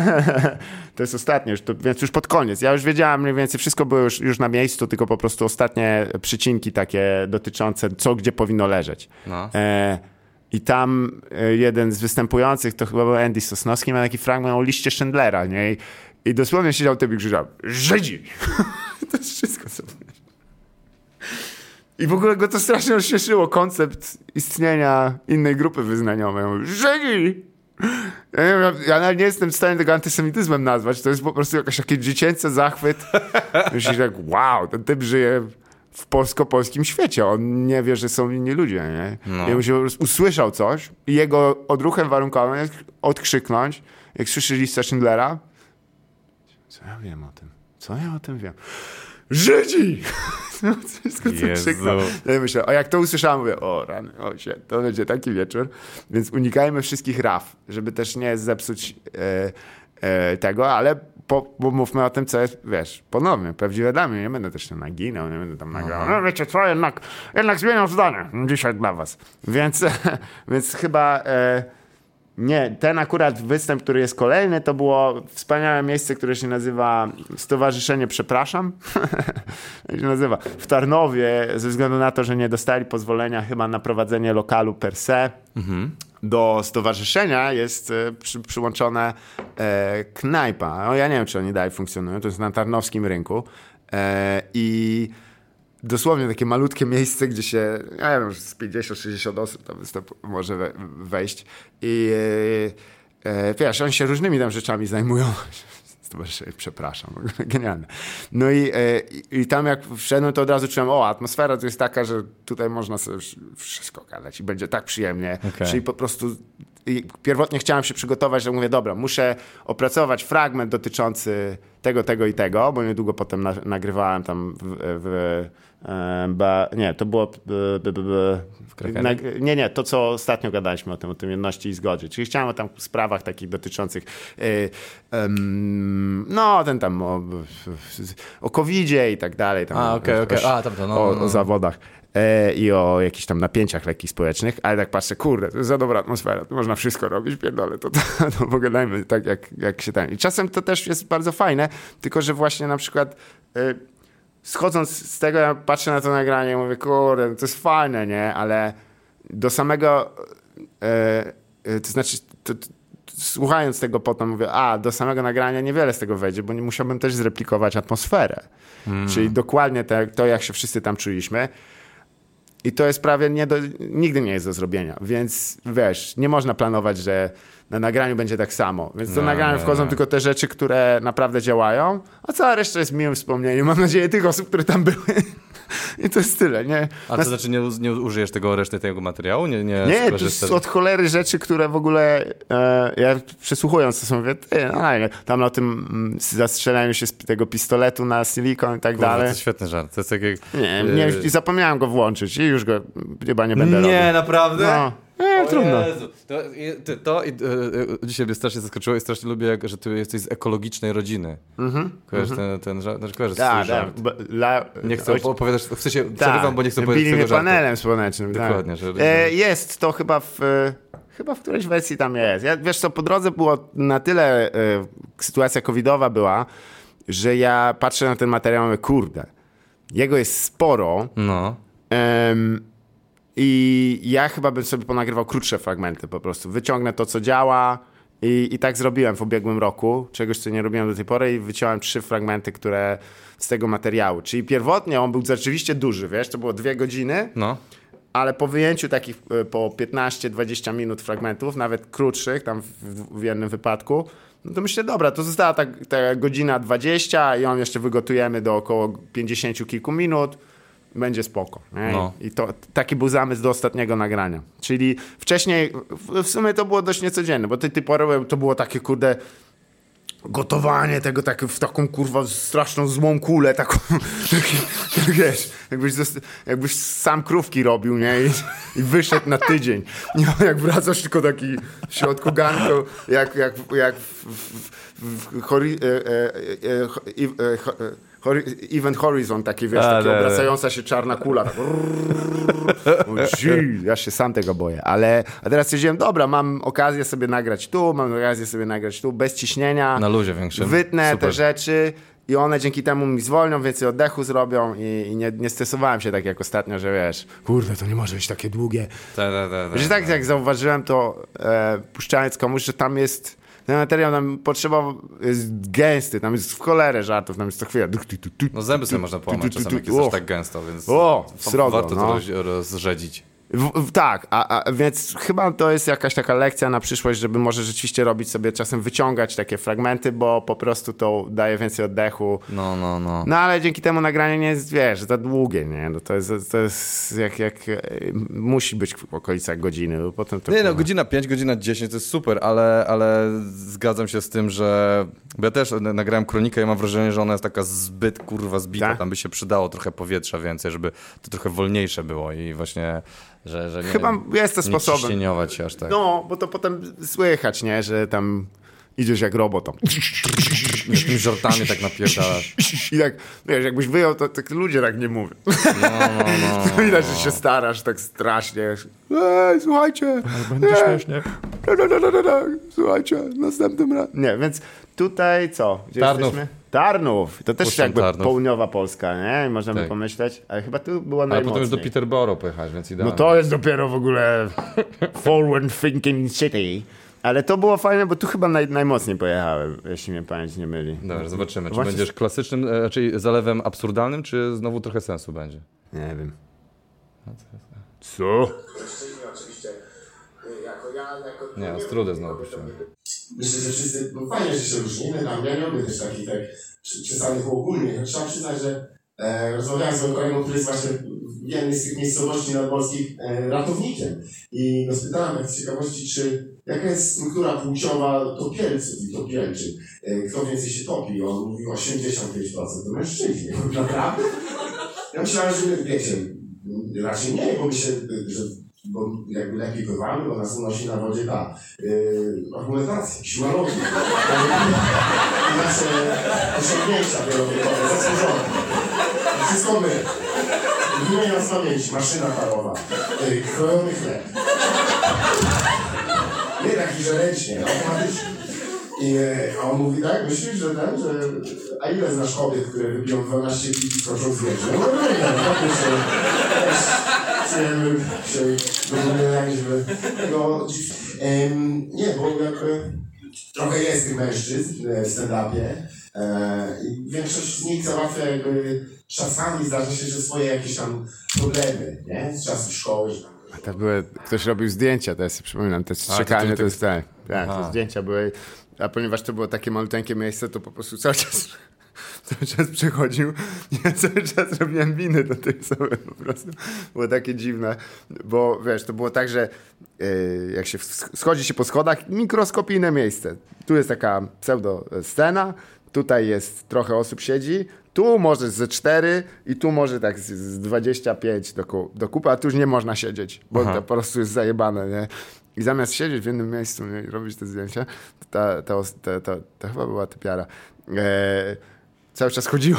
To jest ostatnie, już to, więc już pod koniec. Ja już wiedziałem mniej więcej, wszystko było już, już na miejscu, tylko po prostu ostatnie przycinki takie dotyczące co, gdzie powinno leżeć. No. E, I tam e, jeden z występujących, to chyba był Andy Sosnowski, ma taki fragment o liście Schindlera, nie? I, i dosłownie siedział typ i krzyczał, Żydzi! To jest wszystko, co... I w ogóle go to strasznie rozśmieszyło, koncept istnienia innej grupy wyznaniowej. Żydzi! Ja, nie wiem, ja nawet nie jestem w stanie tego antysemityzmem nazwać. To jest po prostu jakiś taki dziecięcy zachwyt. Myślisz tak, wow, ten typ żyje w polsko-polskim świecie. On nie wie, że są inni ludzie, nie? No. Ja się usłyszał coś i jego odruchem warunkowym jest odkrzyknąć, jak słyszy listę Schindlera. Co ja wiem o tym? Co ja o tym wiem? Żydzi! Wszystko co krzyknął. Ja myślę, a jak to usłyszałem, mówię, o rany, o się, to będzie taki wieczór. Więc unikajmy wszystkich raf, żeby też nie zepsuć e, e, tego, ale po, bo mówmy o tym, co jest, wiesz, ponownie, prawdziwe dla mnie. Nie będę też się naginał, nie będę tam nagrał. No wiecie co, jednak, jednak zmieniam zdanie dzisiaj dla was. Więc, więc chyba... E, Nie, ten akurat występ, który jest kolejny, to było wspaniałe miejsce, które się nazywa Stowarzyszenie Przepraszam. się nazywa w Tarnowie, ze względu na to, że nie dostali pozwolenia chyba na prowadzenie lokalu per se. Mhm. Do stowarzyszenia jest e, przy, przyłączone e, knajpa. O, ja nie wiem, czy oni dalej funkcjonują. To jest na Tarnowskim Rynku. E, I... Dosłownie takie malutkie miejsce, gdzie się, ja wiem, z pięćdziesiąt sześćdziesiąt osób tam występ może we, wejść. I e, e, wiesz, oni się różnymi tam rzeczami zajmują. Przepraszam, genialne. No i, e, i tam jak wszedłem, to od razu czułem, o, atmosfera to jest taka, że tutaj można sobie wszystko gadać i będzie tak przyjemnie. Okay. Czyli po prostu i pierwotnie chciałem się przygotować, że mówię, dobra, muszę opracować fragment dotyczący tego, tego i tego, bo niedługo potem na, nagrywałem tam w, w e, ba, nie, to było b, b, b, b, w na, nie, nie, to co ostatnio gadaliśmy o tym, o tym jedności i zgodzie, czyli chciałem o tam sprawach takich dotyczących e, e, no, ten tam o, o kowidzie i tak dalej. Tam, A, okej, okej, a, tam to, no, o, no, no. o zawodach. I o jakichś tam napięciach lekkich społecznych, ale tak patrzę, kurde, to jest za dobra atmosfera, to można wszystko robić, pierdolę, to, to, to pogadajmy tak, jak, jak się ten. I czasem to też jest bardzo fajne, tylko że właśnie na przykład y, schodząc z tego, ja patrzę na to nagranie i mówię, kurde, to jest fajne, nie, ale do samego, y, y, to znaczy, to, to, słuchając tego potem mówię, a, do samego nagrania niewiele z tego wejdzie, bo nie musiałbym też zreplikować atmosferę, hmm. czyli dokładnie te, to, jak się wszyscy tam czuliśmy. I to jest prawie nie do, nigdy nie jest do zrobienia, więc wiesz, nie można planować, że na nagraniu będzie tak samo. Więc do no, nagrania wchodzą no. tylko te rzeczy, które naprawdę działają, a cała reszta jest miłym wspomnieniem. Mam nadzieję tych osób, które tam były. I to jest tyle, nie? A to znaczy nie, nie użyjesz tego reszty tego materiału? Nie, nie, nie to jest od cholery rzeczy, które w ogóle e, ja przysłuchując to sobie mówię, ty, no, nie, tam o tym mm, zastrzelaniu się z tego pistoletu na silikon i tak Kurwa, dalej. To jest świetny żart. To jest tak jak... Nie, nie yy... zapomniałem go włączyć i już go chyba nie będę robił. Nie, naprawdę? No. Nie, trudno. Jezu. To, to, to i, y, y, dzisiaj mnie strasznie zaskoczyło i strasznie lubię, jak, że ty jesteś z ekologicznej rodziny. Mm-hmm. Kojarzysz mm-hmm. ten, ten żart? Znaczy, kojarzysz da, swój da, żart. La, nie chcę oj... opowiadać, w sensie przerywam, bo nie chcę opowiadać tego żartu. panelem słonecznym. Dokładnie. Tak. Że... E, jest to chyba w... Chyba w którejś wersji tam jest. Ja, wiesz co, po drodze było na tyle... E, sytuacja covidowa była, że ja patrzę na ten materiał i mówię, kurde, jego jest sporo. No. Em, I ja chyba bym sobie ponagrywał krótsze fragmenty po prostu. Wyciągnę to, co działa i, i tak zrobiłem w ubiegłym roku. Czegoś, co nie robiłem do tej pory i wyciąłem trzy fragmenty, które z tego materiału. Czyli pierwotnie on był rzeczywiście duży, wiesz, to było dwie godziny, no. Ale po wyjęciu takich po piętnaście dwadzieścia minut fragmentów, nawet krótszych, tam w, w jednym wypadku, no to myślę, dobra, to została ta, ta godzina dwadzieścia i on jeszcze wygotujemy do około pięćdziesięciu kilku minut. Będzie spoko. No. I to taki był zamysł do ostatniego nagrania. Czyli wcześniej, w, w sumie to było dość niecodzienne, bo tej ty pory to było takie, kurde, gotowanie tego tak, w taką, kurwa, straszną złą kulę, taką, taki, wiesz, jakbyś, jakbyś sam krówki robił, nie? I, i wyszedł na tydzień. Nie, jak wracasz tylko taki w środku ganku, jak, jak, jak w, w, w, w hori, e, e, e, e, e, Event Horizon, taki, wiesz, taki obracająca się czarna kula. Tak. Ja się sam tego boję, ale a teraz stwierdziłem, dobra, mam okazję sobie nagrać tu, mam okazję sobie nagrać tu, bez ciśnienia. Na luzie większym. Wytnę Super. te rzeczy i one dzięki temu mi zwolnią, więcej oddechu zrobią i, i nie, nie stresowałem się tak jak ostatnio, że wiesz, kurde, to nie może być takie długie. Ta, ta, ta, ta, że tak jak zauważyłem, to e, puszczając komuś, że tam jest ten materiał nam potrzebował, jest gęsty, tam jest w cholerę żartów, tam jest to chwilę. No zęby sobie można połamać czasami, jak jest aż tak gęsto, więc o, srogo, warto no. to rozrzedzić. W, w, tak, a, a więc chyba to jest jakaś taka lekcja na przyszłość, żeby może rzeczywiście robić sobie czasem, wyciągać takie fragmenty, bo po prostu to daje więcej oddechu. No, no, no. No ale dzięki temu nagranie nie jest, wiesz, za długie, nie? No to jest, to jest jak, jak musi być w okolicach godziny, bo potem to... Nie no, godzina pięć, godzina dziesięć to jest super, ale, ale zgadzam się z tym, że... Bo ja też nagrałem kronikę i mam wrażenie, że ona jest taka zbyt, kurwa, zbita. Tak? Tam by się przydało trochę powietrza więcej, żeby to trochę wolniejsze było i właśnie... Że, że nie, Chyba jest to nie sposobem. ciśnieniować się aż tak. No, bo to potem słychać, nie? Że tam idziesz jak robot tam. Z tymi żartami tak napierdalasz. I tak, wiesz, jakbyś wyjął, to tak ludzie tak nie mówią. No, no, no. no widać, że się starasz tak strasznie. Ej, słuchajcie. Będzie śmiesznie. Da, da, da, da, da, da. Słuchajcie, następnym razem. Nie, więc tutaj co? Gdzie Tarnów. jesteśmy? Tarnów. To też Puszczam jakby Tarnów. południowa Polska, nie? Można by Tak. pomyśleć. Ale chyba tu było Ale najmocniej. potem już do Peterborough pojechać, więc No idealnie. to jest dopiero w ogóle forward thinking city. Ale to było fajne, bo tu chyba naj, najmocniej pojechałem, jeśli mnie pamięć nie myli. Dobra, zobaczymy. Czy Właśnie- będziesz klasycznym, e, czyli zalewem absurdalnym, czy znowu trochę sensu będzie? Nie wiem. Co? Oczywiście, jako ja, jako... Nie, Ostrudę znowu puściłem. Myślę, że wszyscy, no fajnie, że się różnimy, tam ja nie lubię też takich tak przesadnych uogólnień. Trzeba przyznać, że e, rozmawiałem z moim kolegą, który jest właśnie w jednej z tych miejscowości nadmorskich e, ratownikiem. I go spytałem jak z ciekawości, czy jaka jest struktura płciowa topielców i topielczych. E, kto więcej się topi? On mówił osiemdziesiąt pięć procent to mężczyźni. Naprawdę? Ja myślałem, że wiecie, raczej nie, bo my się, że bo jakby lepiej pływamy, bo nas unosi na wodzie ta yy, argumentacja, siła logi. I nasze osiągnięcia wielowiekowe, zasłużone. Wszystko my. Wymieniam z pamięci, maszyna parowa, yy, krojony chleb. Nie taki, że ręcznie, automatycznie. I yy, a on mówi tak, myślisz, że ten, że... A ile znasz kobiet, które wypiją dwanaście piw i skoczą z wieży? No nie wiem, tak się... Czujemy się dominowani, żeby... No, em, nie, bo jakby trochę jest tych mężczyzn w stand-upie e, i większość z nich załatwia jakby czasami zdarza się, że swoje jakieś tam problemy, nie? Z czasów szkoły, że tam... To były, ktoś robił zdjęcia, to ja sobie przypominam, te strzekanie to- to- to jest tak, tak, Aha. te zdjęcia były, a ponieważ to było takie maluteńkie miejsce, to po prostu cały czas, cały czas przechodził, ja cały czas robiłem winy do tej osoby po prostu, było takie dziwne, bo wiesz, to było tak, że yy, jak się wsch- schodzi się po schodach, mikroskopijne miejsce, tu jest taka pseudo scena, tutaj jest trochę osób siedzi, tu może ze cztery i tu może tak z, z dwadzieścia pięć do, ku, do kupy, a tu już nie można siedzieć, bo Aha. to po prostu jest zajebane, nie? I zamiast siedzieć w jednym miejscu, nie, i robić te zdjęcia, to ta, ta, os- ta, ta, ta chyba była typiara. E, cały czas chodziła.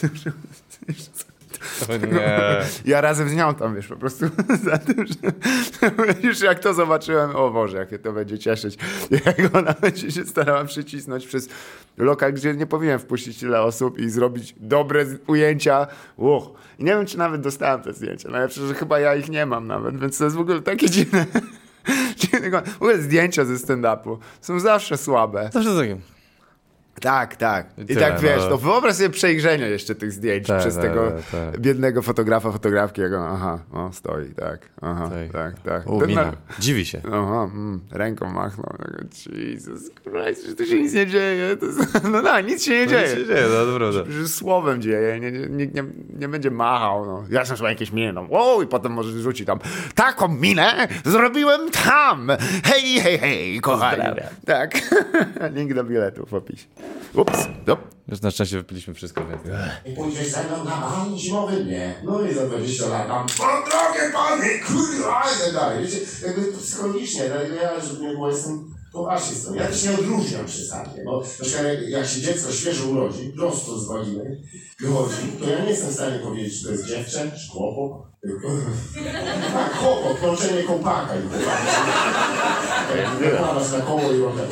Nie. Ja razem z nią tam, wiesz, po prostu za tym, że już jak to zobaczyłem, o Boże, jakie to będzie cieszyć. Jak ona będzie się starała przycisnąć przez lokal, gdzie nie powinien wpuścić tyle osób i zrobić dobre z- ujęcia. Uch. I nie wiem, czy nawet dostałem te zdjęcia. Najlepsze, że chyba ja ich nie mam nawet, więc to jest w ogóle takie dziwne. W ogóle zdjęcia ze stand-upu są zawsze słabe. Zawsze takie. Tak, tak. I tyle, tak wiesz, no. no wyobraź sobie przejrzenie jeszcze tych zdjęć Tak, przez tak, tego tak, tak. biednego fotografa, fotografki, jak on, aha, o, stoi, tak, aha, Tak. tak, tak. U, Ten mina. na- Dziwi się. Aha, mm, ręką machnął. Tak, Jesus Christ, że tu się nic nie dzieje. To jest, no no, nic się nie dzieje. Nic się dzieje, no to prawda. Że słowem dzieje, nie, nie, nikt nie, nie będzie machał. No. Ja sam sobie jakieś miny, no. Wow, i potem może rzuci tam. Taką minę zrobiłem tam. Hej, hej, hej, kochani. Pozdrawiam. Tak. Link do biletu w opisie. Ups, no. Już na szczęście wypiliśmy wszystko, więc... I pójdziesz ze mną na bal zimowy? Nie. No i za dwadzieścia lat tam, o drogie panie, kurwa, i tak dalej. Wiecie, jakby psychologicznie, tak, ja, żeby nie było, jestem po waszej stronie. Ja też nie odróżniam przesadnie, bo na przykład jak, jak się dziecko świeżo urodzi, prosto z waginy, wychodzi, to ja nie jestem w stanie powiedzieć, czy to jest dziewczę, czy chłopok. Tak, chłopok, połączenie kołpaka i tak. Tak, wypadasz na koło i on tak.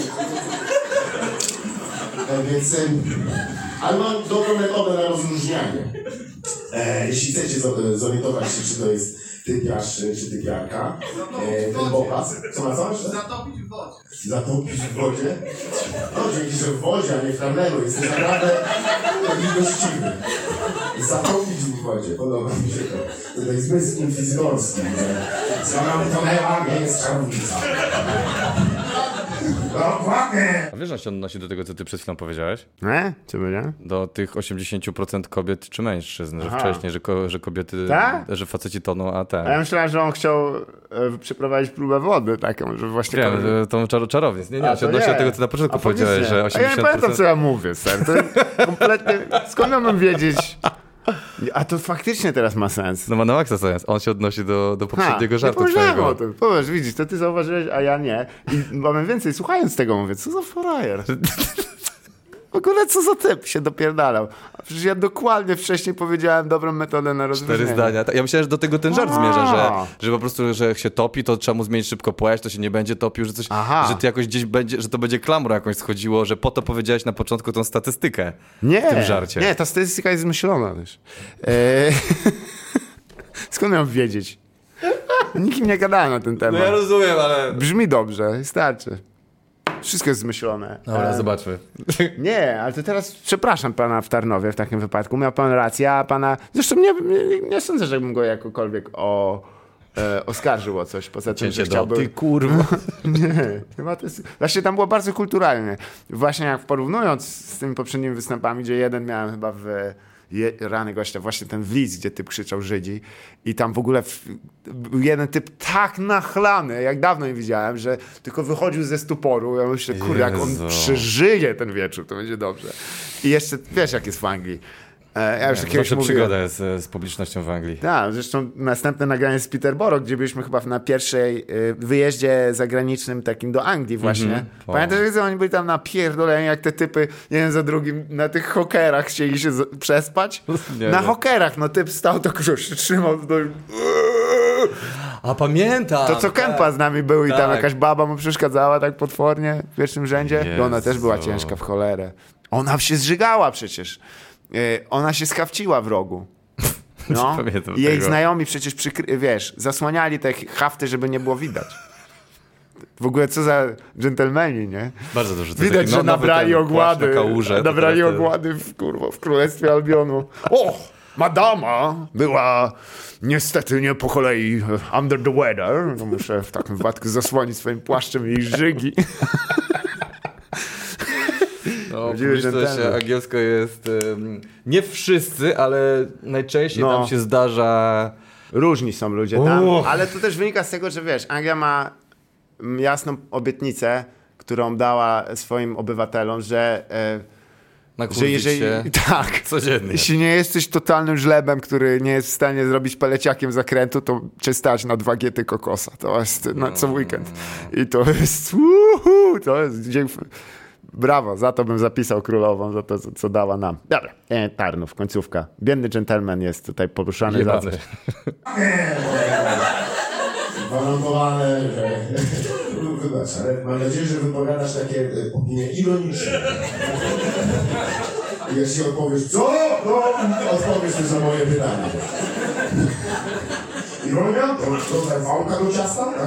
E, Więc, em, ale mam dobrą metodę na rozróżnianie. E, jeśli chcecie z- zorientować się, czy to jest typiarz, czy typiarka, e, ten bopas, co ma coś? Zatopić w wodzie. Zatopić w wodzie? No dzięki, że w wodzie, a nie w karmelu, jesteś naprawdę taki gościwy. Zapomnieć w wodzie, podoba mi się to. To jest zmysł inwizytorski, że co nam tonęła, nie jest czarownica. Dokładnie! A wiesz, że się odnosi do tego, co ty przed chwilą powiedziałeś? Nie? Co będzie? Do tych osiemdziesiąt procent kobiet czy mężczyzn, że Aha. wcześniej, że, ko- że kobiety, Tak? że faceci toną, a ten... A ja myślałem, że on chciał e, przeprowadzić próbę wody taką, że właśnie... Wiem, kobiety- że tą czar- czarownic. Nie, nie, A, on się to odnosi nie. do tego, co na początku A powiedziałeś, faktycznie. że A osiemdziesiąt procent... ja nie pamiętam, co ja mówię, ser. To kompletnie... Skąd mam wiedzieć? A to faktycznie teraz ma sens. No ma na maksa sens. On się odnosi do, do poprzedniego Ha, żartu nie pomyślałem twojego. o tym. Popatrz, widzisz, to ty zauważyłeś, a ja nie. I mamy więcej, słuchając tego mówię, co za frajer. W ogóle co za typ się dopierdalał. A przecież ja dokładnie wcześniej powiedziałem dobrą metodę na rozwiązanie. Cztery zdania. Ja myślałem, że do tego ten żart A. zmierza, że, że po prostu, że jak się topi, to trzeba mu zmienić szybko płeć, to się nie będzie topił, że coś, Aha. że ty jakoś gdzieś będzie, że to będzie klamrą jakąś schodziło, że po to powiedziałeś na początku tą statystykę Nie, w tym żarcie. nie, ta statystyka jest zmyślona też. Eee... Skąd mam wiedzieć? Nikim nie gadałem na ten temat. rozumiem, ale... Brzmi dobrze, starczy. Wszystko jest zmyślone. Dobra, Eee, zobaczmy. Nie, ale to teraz przepraszam pana w Tarnowie w takim wypadku. Miał pan rację, a pana... Zresztą nie, nie, nie sądzę, żebym go jakokolwiek o, e, oskarżył o coś. Poza tym, że Cięcie do... chciałby... Ty kurwa. Nie, chyba to jest... Właśnie tam było bardzo kulturalnie. Właśnie jak porównując z tymi poprzednimi występami, gdzie jeden miałem chyba w... Je, rany gościa, właśnie ten wliz, gdzie typ krzyczał Żydzi i tam w ogóle w, był jeden typ tak nachlany, jak dawno nie widziałem, że tylko wychodził ze stuporu. Ja myślę, kurde, jak on Jezu. przeżyje ten wieczór, to będzie dobrze. I jeszcze, wiesz jak jest w Anglii. E, ja już Nie, kiedyś zawsze mówiłem. przygoda jest z publicznością w Anglii. Tak, zresztą następne nagranie z Peterborough, gdzie byliśmy chyba na pierwszej y, wyjeździe zagranicznym takim do Anglii właśnie. Mm-hmm. Pamiętasz, że oni byli tam napierdoleni, jak te typy jeden za drugim na tych hokerach chcieli się z- przespać? Nie na wiem. hokerach, no typ stał, to ktoś się trzymał. No, A pamiętam! to co Kępa z nami był i tam Tak. jakaś baba mu przeszkadzała tak potwornie w pierwszym rzędzie. I ona też była Jezu. ciężka w cholerę. Ona się zżygała przecież. Y, ona się skawciła w rogu. No. Pamiętam I jej tego. znajomi przecież, przykry- wiesz, zasłaniali te hafty, żeby nie było widać. W ogóle co za dżentelmeni, nie? Bardzo dobrze. To Widać, taki że no- nowy nabrali ten płaszcz ogłady. na kałuże, to nabrali teraz te- ogłady w, kurwa, w Królestwie Albionu. O! Madama była niestety nie po kolei under the weather. No muszę w takim wypadku zasłonić swoim płaszczem jej żygi. No, Prawdziwy publiczność dżentelmen. angielska jest... Um, nie wszyscy, ale najczęściej No. tam się zdarza... Różni są ludzie tam, Uch. ale to też wynika z tego, że wiesz, Anglia ma mm, jasną obietnicę, którą dała swoim obywatelom, że, e, Nakurwić że jeżeli... się Tak. codziennie. Jeśli nie jesteś totalnym żlebem, który nie jest w stanie zrobić peleciakiem zakrętu, to cię stać na dwa giety kokosa. To jest na co weekend. I to jest... Uhu, to jest... dzięki- Brawo, za to bym zapisał królową, za to, co, co dała nam. Dobra, e, Tarnów, końcówka. Biedny dżentelmen jest tutaj poruszany za Jebany. coś. Gwarantowane, że... Wybacz, ale mam nadzieję, że wypowiadasz takie e, opinie ironiczne. I jeśli odpowiesz, co? No, odpowiesz też na moje pytanie. Ironia? To rodzaj wałka do ciasta? Tak?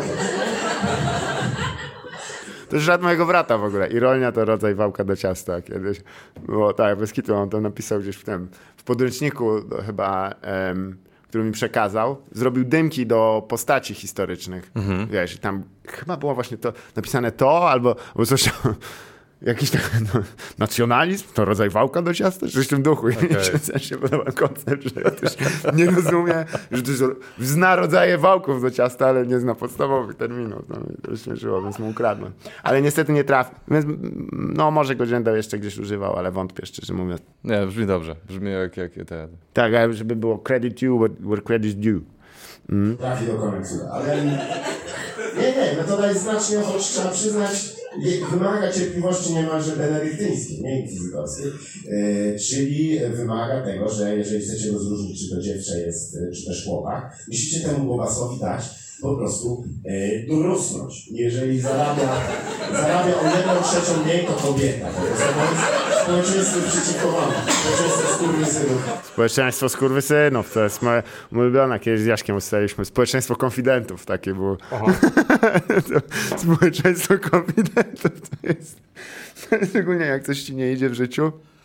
To jest żart mojego brata w ogóle. Ironia to rodzaj wałka do ciasta kiedyś. Było tak, bez kitu, on to napisał gdzieś w tym, w podręczniku do, chyba, em, który mi przekazał. Zrobił dymki do postaci historycznych. Wiesz, i tam chyba było właśnie to napisane to, albo, albo coś tam, jakiś taki no, nacjonalizm, to rodzaj wałka do ciasta, coś w tym duchu. I mi się strasznie podoba koncept, że ja też nie rozumie, że to jest, zna rodzaje wałków do ciasta, ale nie zna podstawowych terminów. No, mi to śmieszyło, więc mu ukradłem. Ale niestety nie trafił. Więc, no może go Gendel jeszcze gdzieś używał, ale wątpię, szczerze mówiąc. Nie, brzmi dobrze. Brzmi jak, jak te... Tak, ale żeby było credit due where, where credit due. Trafi do końca, ale... Nie, nie, metoda jest znacznie, choć trzeba przyznać, je- wymaga cierpliwości niemalże benedyktyńskiej, nie inkwizytorskiej, yy, czyli wymaga tego, że jeżeli chcecie rozróżnić, czy to dziewczę jest, y, czy też chłopak, musicie temu chłopakowi dać po prostu yy, dorosnąć. Jeżeli zarabia, zarabia o jedną trzecią mniej, to kobieta. Po prostu to jest społeczeństwo przeciwko wam, społeczeństwo skurwysynów. Społeczeństwo skurwysynów, to jest moje ulubione. Kiedyś z Jaśkiem ustaliliśmy. Społeczeństwo konfidentów, takie było. to, społeczeństwo konfidentów to jest... Szczególnie jak coś ci nie idzie w życiu,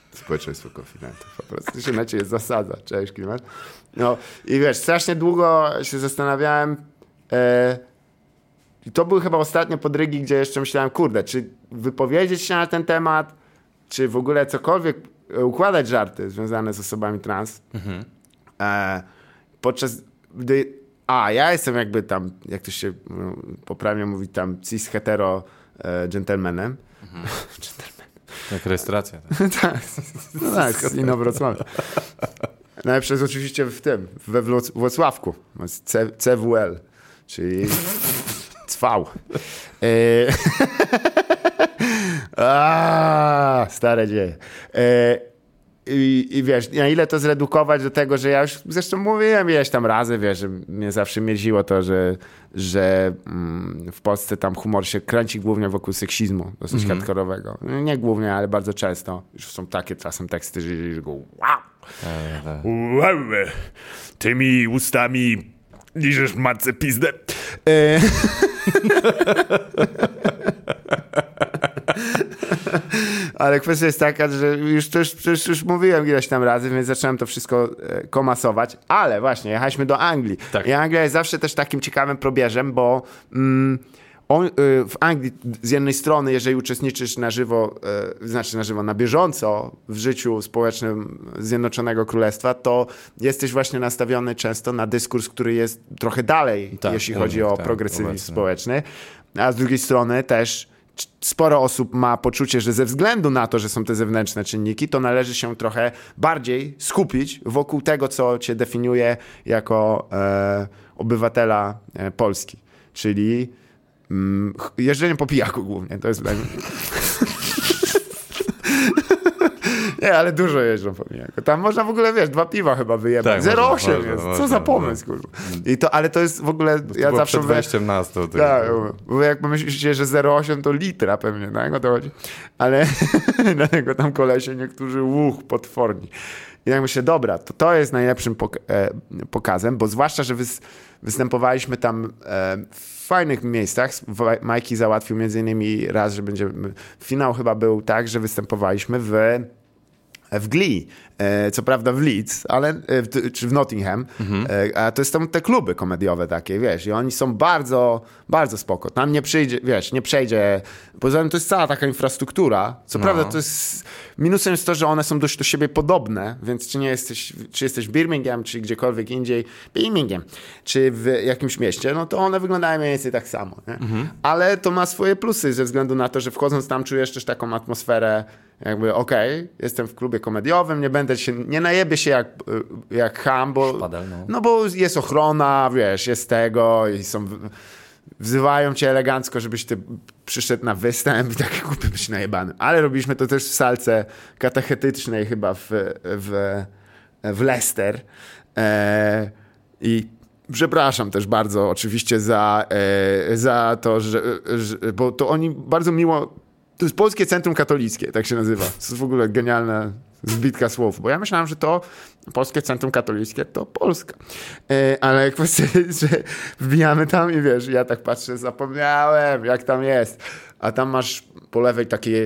Społeczeństwo konfidentów. Po prostu się na ciebie zasadza. Cześć, klimat. No i wiesz, strasznie długo się zastanawiałem. E, I to były chyba ostatnie podrygi, gdzie jeszcze myślałem, kurde, czy wypowiedzieć się na ten temat, czy w ogóle cokolwiek układać żarty związane z osobami trans. Mhm. E, podczas gdy... A, ja jestem jakby tam, jak to się poprawnie mówi, tam cis-hetero e, gentlemanem. Mhm. Jak rejestracja. Tak, tak, no tak z Inowrocławia. Najlepsze jest oczywiście w tym, we Włocławku. C- CWL, czyli cwał. E... A, stare dzieje. E... I, I wiesz, na ile to zredukować do tego, że ja już zresztą mówiłem ileś tam razy, wiesz, że mnie zawsze mierziło to, że, że mm, w Polsce tam humor się kręci głównie wokół seksizmu dosyć mm-hmm. hardkorowego. Nie głównie, ale bardzo często. Już są takie czasem teksty, że, że go wow. E, tak. wow, tymi ustami liżesz matce pizdę. E... Ale kwestia jest taka, że już, to już, już, już mówiłem ileś tam razy, więc zacząłem to wszystko e, komasować. Ale właśnie, jechaliśmy do Anglii. Tak. I Anglia jest zawsze też takim ciekawym probierzem, bo mm, on, y, w Anglii z jednej strony, jeżeli uczestniczysz na żywo, y, znaczy na żywo, na bieżąco w życiu społecznym Zjednoczonego Królestwa, to jesteś właśnie nastawiony często na dyskurs, który jest trochę dalej, tak, jeśli chodzi tak, o tak, progresywizm obecny. społeczny. A z drugiej strony też sporo osób ma poczucie, że ze względu na to, że są te zewnętrzne czynniki, to należy się trochę bardziej skupić wokół tego, co cię definiuje jako e, obywatela e, Polski. Czyli mm, jeżdżenie po pijaku głównie. To jest... Nie, ale dużo jeżdżą po pijaku. Tam można w ogóle, wiesz, dwa piwa chyba wyjebać. Tak, zero przecinek osiem jest. Można, co za pomysł, kurwa. I to, ale to jest w ogóle... To ja zawsze przed wejściem na sto. Tak, bo jak pomyślicie, że zero przecinek osiem to litra pewnie, tak? O to chodzi. Ale dlatego tam kolesie niektórzy łuch potworni. I tak myślę, dobra, to to jest najlepszym pok- e, pokazem, bo zwłaszcza, że wys- występowaliśmy tam e, w fajnych miejscach. Majki załatwił między innymi raz, że będzie... Finał chyba był tak, że występowaliśmy w... w Glee, co prawda w Leeds, ale w, czy w Nottingham, mhm. a to jest tam te kluby komediowe takie, wiesz, i oni są bardzo, bardzo spoko. Tam nie przyjdzie, wiesz, nie przejdzie, poza tym to jest cała taka infrastruktura, co no. prawda to jest, minusem jest to, że one są dość do siebie podobne, więc czy nie jesteś, czy jesteś w Birmingham, czy gdziekolwiek indziej, Birmingham, czy w jakimś mieście, no to one wyglądają mniej więcej tak samo, nie? Mhm. Ale to ma swoje plusy ze względu na to, że wchodząc tam czujesz też taką atmosferę, jakby okej, okay, jestem w klubie komediowym, nie będę się, nie najebię się jak, jak ham, bo, Szpadel, no. no bo jest ochrona, wiesz, jest tego i są, wzywają cię elegancko, żebyś ty przyszedł na występ i taki kupy być najebanym. Ale robiliśmy to też w salce katechetycznej chyba w, w, w Leicester e, i przepraszam też bardzo oczywiście za, e, za to, że, że, bo to oni bardzo miło. To jest Polskie Centrum Katolickie, tak się nazywa. To jest w ogóle genialna zbitka słów, bo ja myślałem, że to Polskie Centrum Katolickie to Polska. E, ale kwestia jest, że wbijamy tam i wiesz, ja tak patrzę, zapomniałem, jak tam jest. A tam masz po lewej takie,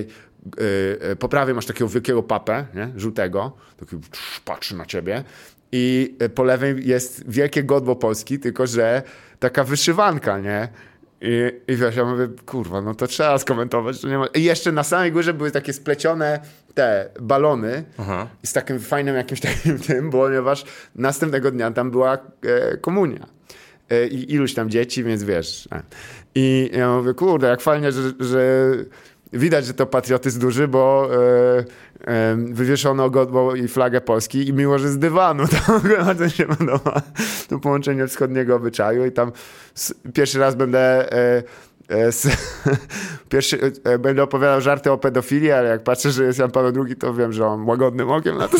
e, po prawej masz takiego wielkiego papę, nie? Żółtego, taki patrzy na ciebie. I po lewej jest wielkie godło Polski, tylko że taka wyszywanka, nie? I, I wiesz, ja mówię, kurwa, no to trzeba skomentować. To nie ma... I jeszcze na samej górze były takie splecione te balony. Aha. Z takim fajnym jakimś takim tym, ponieważ następnego dnia tam była e, komunia. E, I iluś tam dzieci, więc wiesz. E. I ja mówię, kurde, jak fajnie, że, że widać, że to patriotyzm duży, bo e, e, wywieszono godło i flagę Polski i miło, że z dywanu. Tam bardzo się podoba to połączenie wschodniego obyczaju i tam s, pierwszy raz będę e, e, s, pierwszy, e, będę opowiadał żarty o pedofilii, ale jak patrzę, że jest Jan Paweł drugi, to wiem, że on łagodnym okiem na to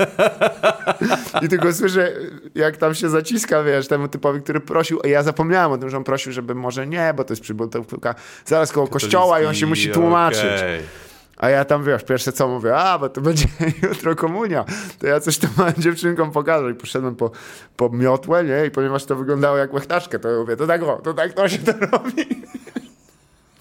i tylko słyszę, jak tam się zaciska, wiesz, temu typowi, który prosił, ja zapomniałem o tym, że on prosił, żeby może nie, bo to jest przybudówka zaraz koło kościoła i on się musi tłumaczyć. Okay. A ja tam, wiesz, pierwsze co mówię, a, bo to będzie jutro komunia, to ja coś tam małym dziewczynkom pokażę i poszedłem po, po miotłę, nie, i ponieważ to wyglądało jak łechtaczkę, to ja mówię, to tak o, to tak to się to robi.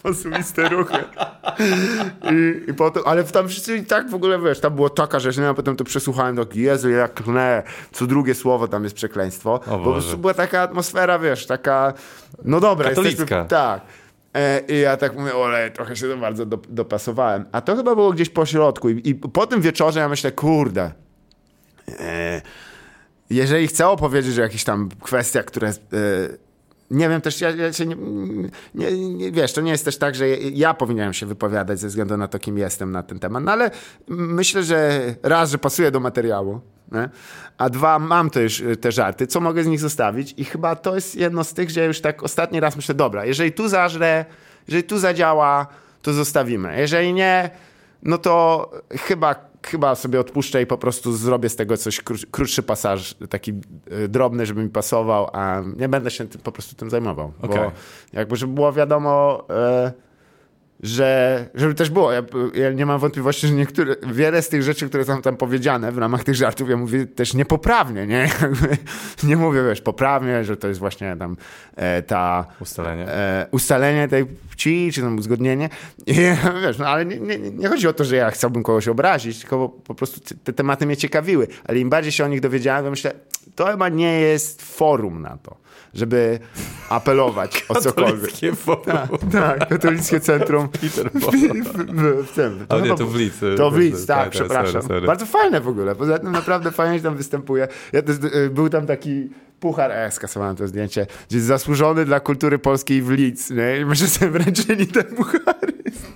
osobiste ruchy. I, i potem, ale tam wszyscy i tak w ogóle, wiesz, tam było taka rzecz, no, a potem to przesłuchałem, tak, Jezu, jak klnę, co drugie słowo tam jest przekleństwo. O bo po prostu była taka atmosfera, wiesz, taka, no dobra, katolicka. jesteśmy, tak. E, I ja tak mówię, ole, trochę się to bardzo do, dopasowałem. A to chyba było gdzieś po środku. I, i po tym wieczorze ja myślę, kurde, e, jeżeli chcę opowiedzieć o jakichś tam kwestiach, które... E, nie wiem, też ja, ja się nie, nie, nie... Wiesz, to nie jest też tak, że ja powinienem się wypowiadać ze względu na to, kim jestem na ten temat. No ale myślę, że raz, że pasuje do materiału, nie? A dwa, mam też te żarty, co mogę z nich zostawić i chyba to jest jedno z tych, że już tak ostatni raz myślę, dobra, jeżeli tu zażrę, jeżeli tu zadziała, to zostawimy. Jeżeli nie, no to chyba chyba sobie odpuszczę i po prostu zrobię z tego coś kró- krótszy pasaż, taki y, drobny, żeby mi pasował, a nie będę się tym, po prostu tym zajmował. Okay. Bo jakby, żeby było wiadomo, y, że żeby też było, ja, ja nie mam wątpliwości, że niektóre, wiele z tych rzeczy, które są tam powiedziane w ramach tych żartów, ja mówię też niepoprawnie, nie? Jakby, nie mówię, wiesz, poprawnie, że to jest właśnie tam e, ta... Ustalenie. E, ustalenie tej płci, czy tam uzgodnienie. I, wiesz, no ale nie, nie, nie chodzi o to, że ja chciałbym kogoś obrazić, tylko po prostu te tematy mnie ciekawiły. Ale im bardziej się o nich dowiedziałem, to myślę, to chyba nie jest forum na to, żeby apelować o cokolwiek. Katolickie forum. Tak, tak, katolickie centrum. Peter w, w, w tym. Ale nie, to w Lidz. To w Lidz, tak, tak, przepraszam. sorry, sorry. Bardzo fajne w ogóle. Poza tym naprawdę fajnie się tam występuje. Ja też, był tam taki puchar, e, skasowałem to zdjęcie, gdzie jest zasłużony dla kultury polskiej w Lidz, nie? I myśmy sobie wręczyli te puchary.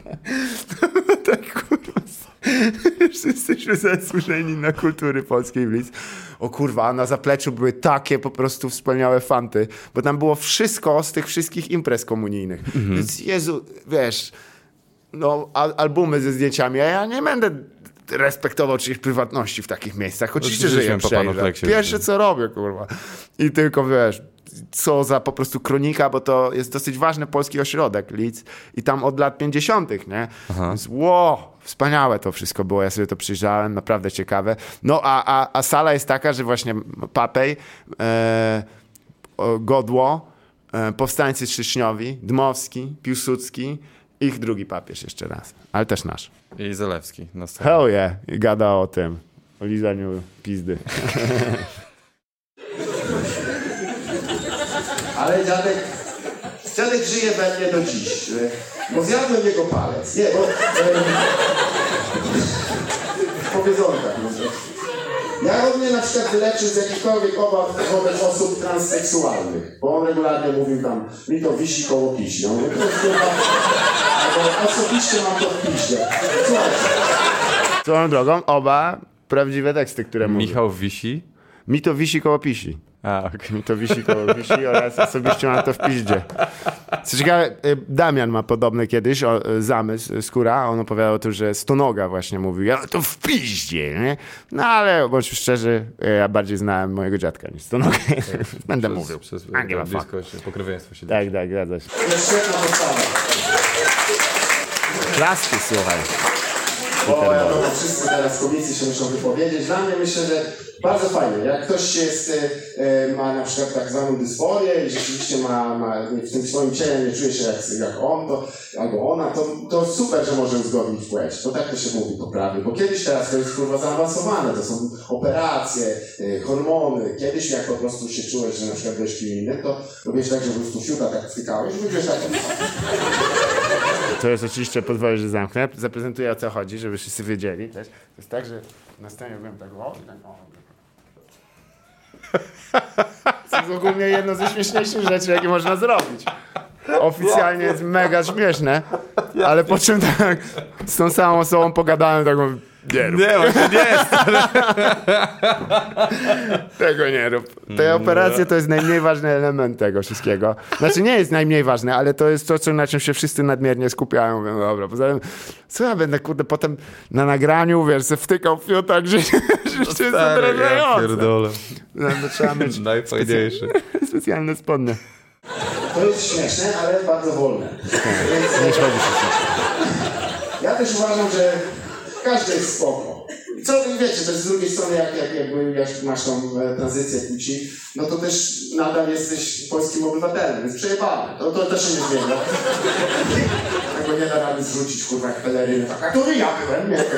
Tak, kurwa. Wszyscy jesteśmy zasłużeni na kultury polskiej w Lidz. O kurwa, a na zapleczu były takie po prostu wspaniałe fanty, bo tam było wszystko z tych wszystkich imprez komunijnych. Mhm. Więc Jezu, wiesz, no al- albumy ze zdjęciami, a ja nie będę respektował czyjejś prywatności w takich miejscach. Oczywiście, że je przejrzę. Pierwsze co robię, kurwa. I tylko, wiesz, co za po prostu kronika, bo to jest dosyć ważny polski ośrodek, Lidz, i tam od lat pięćdziesiątych, nie? Aha. Więc wow, wspaniałe to wszystko było, ja sobie to przyjrzałem, naprawdę ciekawe. No a, a, a sala jest taka, że właśnie Papej, e, Godło, e, powstańcy trzczniowi, Dmowski, Piłsudski, ich drugi papież jeszcze raz, ale też nasz. I Zalewski. Na scenie. Hell yeah, i gada o tym, o lizaniu pizdy. Ale dziadek, dziadek żyje we mnie do dziś, bo zjadłem jego palec. Nie, bo... E, powiedzonka. Ja on mnie na przykład wyleczył z jakichkolwiek obaw wobec osób transseksualnych, bo on regularnie mówił tam, mi to wisi koło piści. Ja mówię, to jest chyba... Bo osobiście mam to w piście. Słuchajcie. Swoją drogą, oba prawdziwe teksty, które mówię. Michał wisi? Mi to wisi koło pisi. A, okay. Mi to wisi koło wisi oraz osobiście mam to w piździe. Co ciekawe, Damian ma podobny kiedyś o, zamysł, Skóra, on opowiadał o tym, że Stonoga właśnie mówił, ja to w piździe, nie? No ale bądźmy szczerzy, ja bardziej znałem mojego dziadka niż Stonogę. Będę przez, mówił. Przez A nie ma bliskość, pokrewieństwo się Tak, tak, zgadza się. To jest świetna podstawa. Klaski, słuchaj. Bo ja no, wszyscy teraz kobiety się muszą wypowiedzieć. Dla mnie myślę, że bardzo fajnie. Jak ktoś jest, e, ma na przykład tak zwaną dysforię i rzeczywiście ma, ma w tym swoim ciele nie czuje się jak, jak on, to, albo ona, to, to super, że może uzgodnić płeć. To tak to się mówi poprawnie. Bo kiedyś teraz to jest kurwa zaawansowane. To są operacje, e, hormony. Kiedyś jak po prostu się czułeś, że na przykład byłeś kim innym, to robisz tak, że po prostu siuta tak wtykałeś i wyglądasz tak. To jest oczywiście, pozwolę, że zamknę. Zaprezentuję, o co chodzi, żeby wszyscy wiedzieli. Też. To jest tak, że na scenie byłem tak o i tak o. To jest ogólnie jedno ze śmieszniejszych rzeczy, jakie można zrobić. Oficjalnie jest mega śmieszne, ale po czym tak z tą samą osobą pogadałem, tak mówię, nie rób. Nie, właśnie nie jest. Tego nie rób. Te operacje to jest najmniej ważny element tego wszystkiego. Znaczy nie jest najmniej ważne, ale to jest to, co, na czym się wszyscy nadmiernie skupiają. Mówię, no dobra, poza tym, co ja będę, kurde, potem na nagraniu, wiesz, se wtykał w tak, że, że jeszcze jest odrażające. Pierdolę. No, to trzeba mieć Najfajniejszy. specjalne, specjalne spodnie. To jest śmieszne, ale bardzo wolne. Więc, Nie szkodzi się. ja też uważam, że każdy jest spoko. I co, wiecie, też z drugiej strony, jak, jak, jakby, jak masz tą e, tranzycję płci, no to też nadal jesteś polskim obywatelem, więc przejebane. To, to też się nie zmienia. Tego nie da rady zrzucić, kurwa, jak peleryny. Tak, a to ja byłem, nie?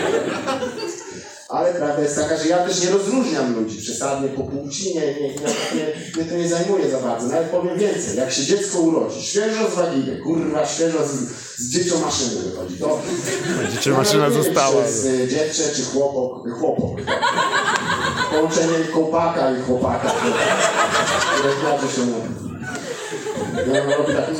Ale prawda jest taka, że ja też nie rozróżniam ludzi przesadnie po płci, nie, nie, nie, nie, mnie to nie zajmuje za bardzo. Nawet powiem więcej, jak się dziecko urodzi, świeżo z waginy, kurwa, świeżo z, z dziecią maszyny wychodzi. To, dziecię maszyna no, została. Czy z dziewczę, czy chłopok, chłopok. Połączenie kołpaka i chłopaka. Które znaczy się no, robi tak.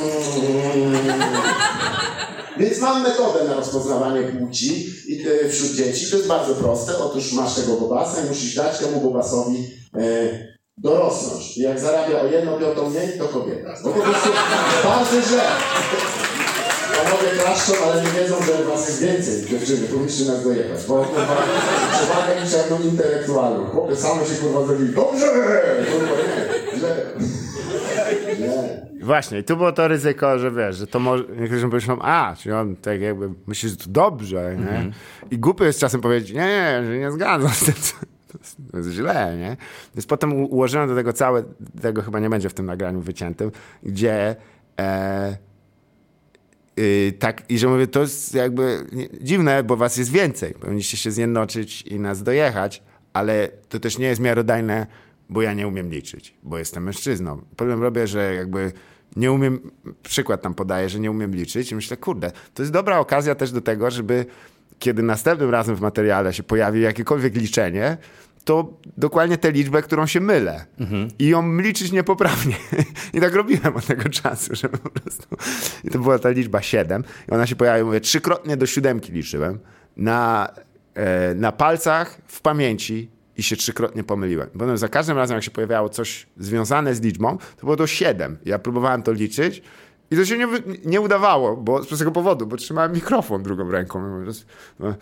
Więc mam metodę na rozpoznawanie płci wśród dzieci. To jest bardzo proste. Otóż masz tego bobasa i musisz dać temu bobasowi e, dorosnąć. I jak zarabia o jedną piątą mniej, to kobieta. Bo po prostu bardzo źle. Panowie klaszczą, ale nie wiedzą, że was jest więcej. Dziewczyny, powinniście nas dojechać. Bo przewagę niż jedną intelektualną. Chłopy same się kurwa zrobili. Dobrze! Kurwa nie. Źle. Źle. Właśnie, i tu było to ryzyko, że wiesz, że to może, niektórzy myślą, a, czyli on tak jakby myśli, że to dobrze, nie? Mm-hmm. I głupio jest czasem powiedzieć, nie, nie, że nie zgadzam z tym, to jest źle, nie? Więc potem ułożyłem do tego całe, tego chyba nie będzie w tym nagraniu wyciętym, gdzie e, y, tak, i że mówię, to jest jakby nie, dziwne, bo was jest więcej, powinniście się zjednoczyć i nas dojechać, ale to też nie jest miarodajne, bo ja nie umiem liczyć, bo jestem mężczyzną. Problem robię, że jakby nie umiem, przykład tam podaję, że nie umiem liczyć i myślę, kurde, to jest dobra okazja też do tego, żeby kiedy następnym razem w materiale się pojawi jakiekolwiek liczenie, to dokładnie tę liczbę, którą się mylę. Mhm. I ją liczyć niepoprawnie. I tak robiłem od tego czasu, że po prostu... I to była ta liczba siedem. I ona się pojawiła, mówię, trzykrotnie do siódemki liczyłem. Na, e, na palcach, w pamięci i się trzykrotnie pomyliłem. Potem za każdym razem, jak się pojawiało coś związane z liczbą, to było to siedem. Ja próbowałem to liczyć i to się nie, nie udawało, bo z tego powodu, bo trzymałem mikrofon drugą ręką. No,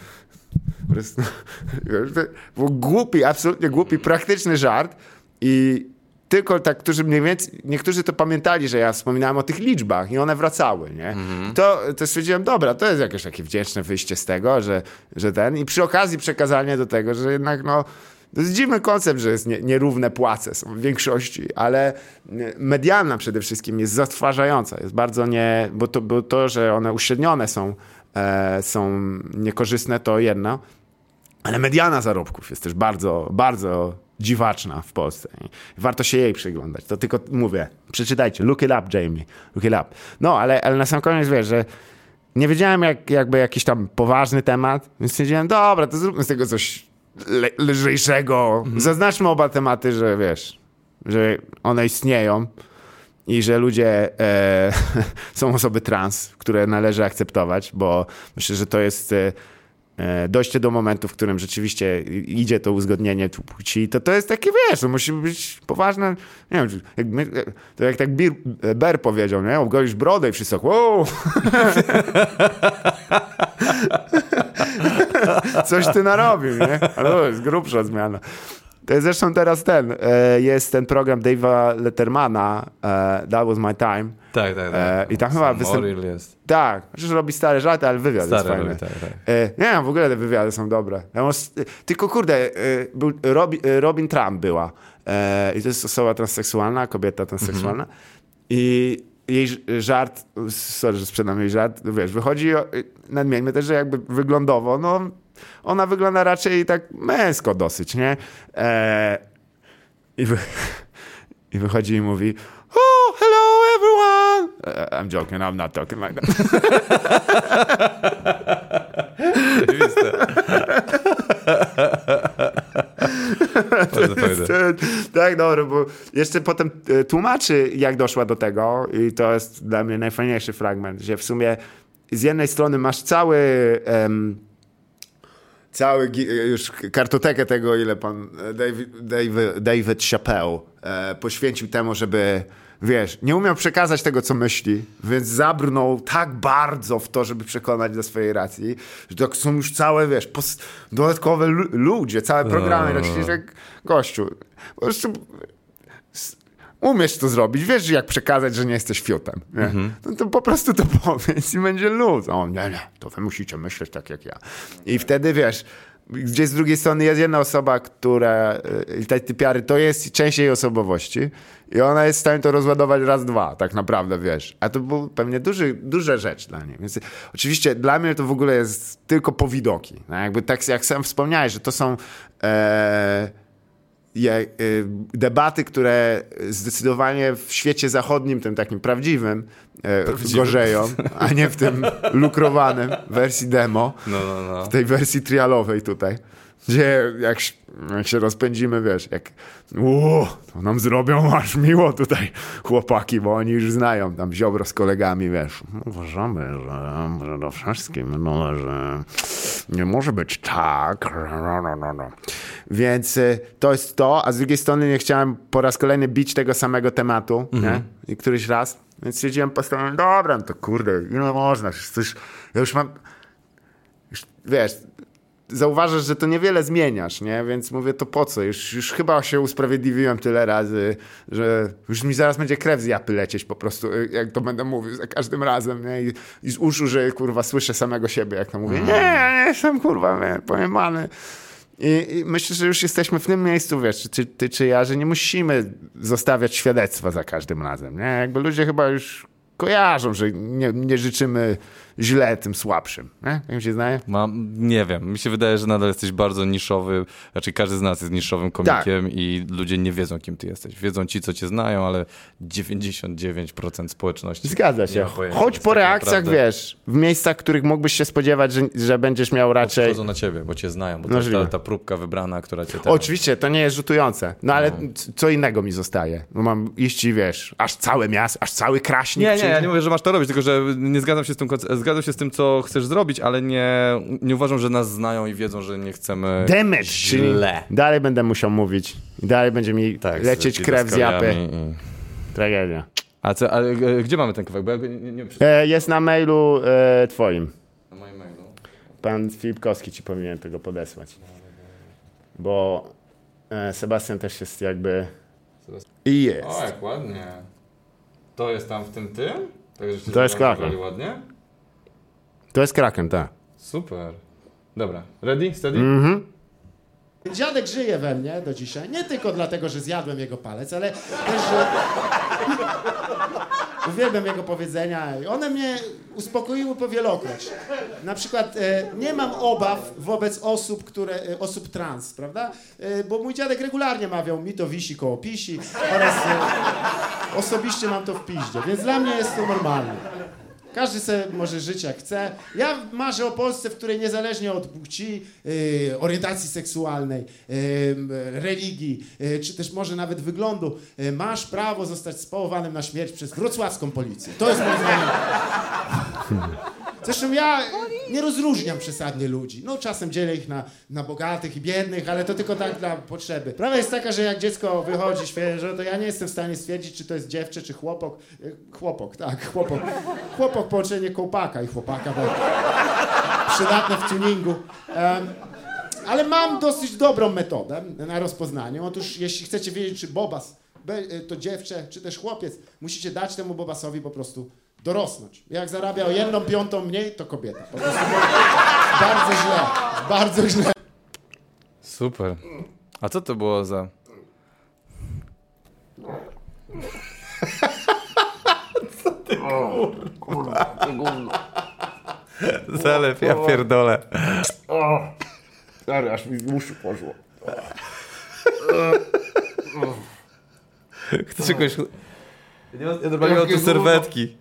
był głupi, absolutnie głupi, praktyczny żart i tylko tak, którzy mniej więcej, niektórzy to pamiętali, że ja wspominałem o tych liczbach i one wracały, nie? Mm-hmm. To, to stwierdziłem, dobra, to jest jakieś takie wdzięczne wyjście z tego, że, że ten i przy okazji przekazanie do tego, że jednak no to jest dziwny koncept, że jest nie, nierówne płace są w większości, ale medialna przede wszystkim jest zatrważająca, jest bardzo nie, bo to, bo to że one uśrednione są, e, są niekorzystne, to jedno, ale mediana zarobków jest też bardzo, bardzo dziwaczna w Polsce. Warto się jej przyglądać. To tylko mówię, przeczytajcie, look it up, Jamie, look it up. No, ale, ale na sam koniec wiesz, że nie wiedziałem jak, jakby jakiś tam poważny temat, więc stwierdziłem, dobra, to zróbmy z tego coś le- lżejszego. Mhm. Zaznaczmy oba tematy, że wiesz, że one istnieją i że ludzie e, są osoby trans, które należy akceptować, bo myślę, że to jest e, dojście do momentu, w którym rzeczywiście idzie to uzgodnienie płci, to to jest takie, wiesz, to musi być poważne, nie wiem, jak my, to jak tak Bir, Ber powiedział, nie? Ogolisz brodę i wszyscy tak, wow! Coś ty narobił, nie? Ale to jest grubsza zmiana. To jest zresztą teraz ten, jest ten program Dave'a Lettermana, That Was My Time. Tak, tak, tak. I tam chyba występ... jest. Tak, przecież robi stare żarty, ale wywiad Stare jest fajny. robi, tak, tak. Nie wiem, w ogóle te wywiady są dobre. Tylko kurde, był Robin, Robin Trump była. I to jest osoba transseksualna, kobieta transseksualna. Mhm. I jej żart, sorry, że sprzedam jej żart, wiesz, wychodzi, nadmieńmy też, że jakby wyglądowo, no ona wygląda raczej tak męsko dosyć, nie? Eee, i, wy, I wychodzi i mówi, oh, hello everyone! Uh, I'm joking, I'm not talking like that. Tak, dobra, bo jeszcze potem tłumaczy, jak doszła do tego i to jest dla mnie najfajniejszy fragment, że w sumie z jednej strony masz cały... Um, cały już kartotekę tego, ile pan David, David, David Chappelle e, poświęcił temu, żeby, wiesz, nie umiał przekazać tego, co myśli, więc zabrnął tak bardzo w to, żeby przekonać do swojej racji, że to są już całe, wiesz, post- dodatkowe lu- ludzie, całe programy, tak się jak gościu. Po prostu umiesz to zrobić, wiesz jak przekazać, że nie jesteś fiutem. Nie? Mm-hmm. No to po prostu to powiedz i będzie luz. O nie, nie, to wy musicie myśleć tak jak ja. I wtedy wiesz, gdzie z drugiej strony jest jedna osoba, która y, te typiary to jest część jej osobowości i ona jest w stanie to rozładować raz, dwa, tak naprawdę, wiesz. A to był pewnie duży, duża rzecz dla niej. Więc oczywiście dla mnie to w ogóle jest tylko powidoki. No, jakby tak jak sam wspomniałeś, że to są e, je, e, debaty, które zdecydowanie w świecie zachodnim, tym takim prawdziwym, e, gorzeją, a nie w tym lukrowanym wersji demo, No, no, no. w tej wersji trialowej tutaj. Gdzie jak, jak się rozpędzimy, wiesz, jak uuu, to nam zrobią aż miło tutaj chłopaki, bo oni już znają tam Ziobro z kolegami, wiesz. Uważamy, że przede wszystkim, no, że nie może być tak. No, no, no, no. Więc y, to jest to, a z drugiej strony nie chciałem po raz kolejny bić tego samego tematu, mhm. nie? I któryś raz, więc stwierdziłem, postanowiłem, dobra, no to kurde, ile można, już coś, ja już mam, już, wiesz, zauważasz, że to niewiele zmieniasz, nie? Więc mówię, to po co? Już, już chyba się usprawiedliwiłem tyle razy, że już mi zaraz będzie krew z japy lecieć po prostu, jak to będę mówił za każdym razem, nie? I, i z uszu, że kurwa słyszę samego siebie, jak to mówię. Nie, ja nie jestem kurwa, nie, pojemany. I, I myślę, że już jesteśmy w tym miejscu, wiesz, czy ty, czy ja, że nie musimy zostawiać świadectwa za każdym razem, nie? Jakby ludzie chyba już kojarzą, że nie, nie życzymy źle tym słabszym. Nie? Jak mi się zdaje? Mam, nie wiem. Mi się wydaje, że nadal jesteś bardzo niszowy. Raczej każdy z nas jest niszowym komikiem tak. I ludzie nie wiedzą, kim ty jesteś. Wiedzą ci, co cię znają, ale dziewięćdziesiąt dziewięć procent społeczności... Zgadza się. Choć po reakcjach, naprawdę... wiesz, w miejscach, w których mógłbyś się spodziewać, że, że będziesz miał raczej... Chodzą na ciebie, bo cię znają, bo to jest ta, ta próbka wybrana, która cię... Teraz... Oczywiście, to nie jest rzutujące. No ale no. co innego mi zostaje? Bo mam iść i wiesz, aż całe miasto, aż cały Kraśnik... Nie, nie, ja nie mówię, że masz to robić, tylko że nie zgadzam się z tym, zgadzam się z tym, co chcesz zrobić, ale nie, nie uważam, że nas znają i wiedzą, że nie chcemy damage, źle. Czyli dalej będę musiał mówić. I dalej będzie mi tak, lecieć krew z japy. I... Tragedia. A, co, a gdzie mamy ten kawałek? Bo ja nie, nie, nie e, jest na mailu e, twoim. Na moim mailu? Pan Filipkowski ci powinien tego podesłać. Bo e, Sebastian też jest jakby... I jest. O, jak ładnie. To jest tam w tym tym? Tak, że to jest Kraken. Ładnie? To jest Kraken, tak. Super. Dobra. Ready? Steady? Mhm. Dziadek żyje we mnie do dzisiaj. Nie tylko dlatego, że zjadłem jego palec, ale też, że... Uwielbiam jego powiedzenia i one mnie uspokoiły powielokroć. Na przykład e, nie mam obaw wobec osób, które, e, osób trans, prawda? E, bo mój dziadek regularnie mawiał, mi to wisi koło pisi oraz e, osobiście mam to w piździe, więc dla mnie jest to normalne. Każdy sobie może żyć jak chce. Ja marzę o Polsce, w której niezależnie od płci, yy, orientacji seksualnej, yy, religii, yy, czy też może nawet wyglądu, yy, masz prawo zostać spałowanym na śmierć przez wrocławską policję. To jest moim zdaniem. Zresztą ja nie rozróżniam przesadnie ludzi. No czasem dzielę ich na, na bogatych i biednych, ale to tylko tak dla potrzeby. Prawda jest taka, że jak dziecko wychodzi świeżo, to ja nie jestem w stanie stwierdzić, czy to jest dziewczę, czy chłopok. Chłopok, tak, chłopok. Chłopok, połączenie kołpaka i chłopaka, bo przydatne w tuningu. Um, ale mam dosyć dobrą metodę na rozpoznanie. Otóż jeśli chcecie wiedzieć, czy bobas to dziewczę, czy też chłopiec, musicie dać temu bobasowi po prostu dorosnąć. Jak zarabia o jedną piątą mniej, to kobieta. Po prostu bardzo źle, bardzo źle. Super. A co to było za... Co ty kurwa? Ty gówno. Zalew, ja pierdolę. O, stary, aż mi w uszy poszło. Chcesz jakoś... Ja, ja normalnie mam tu serwetki.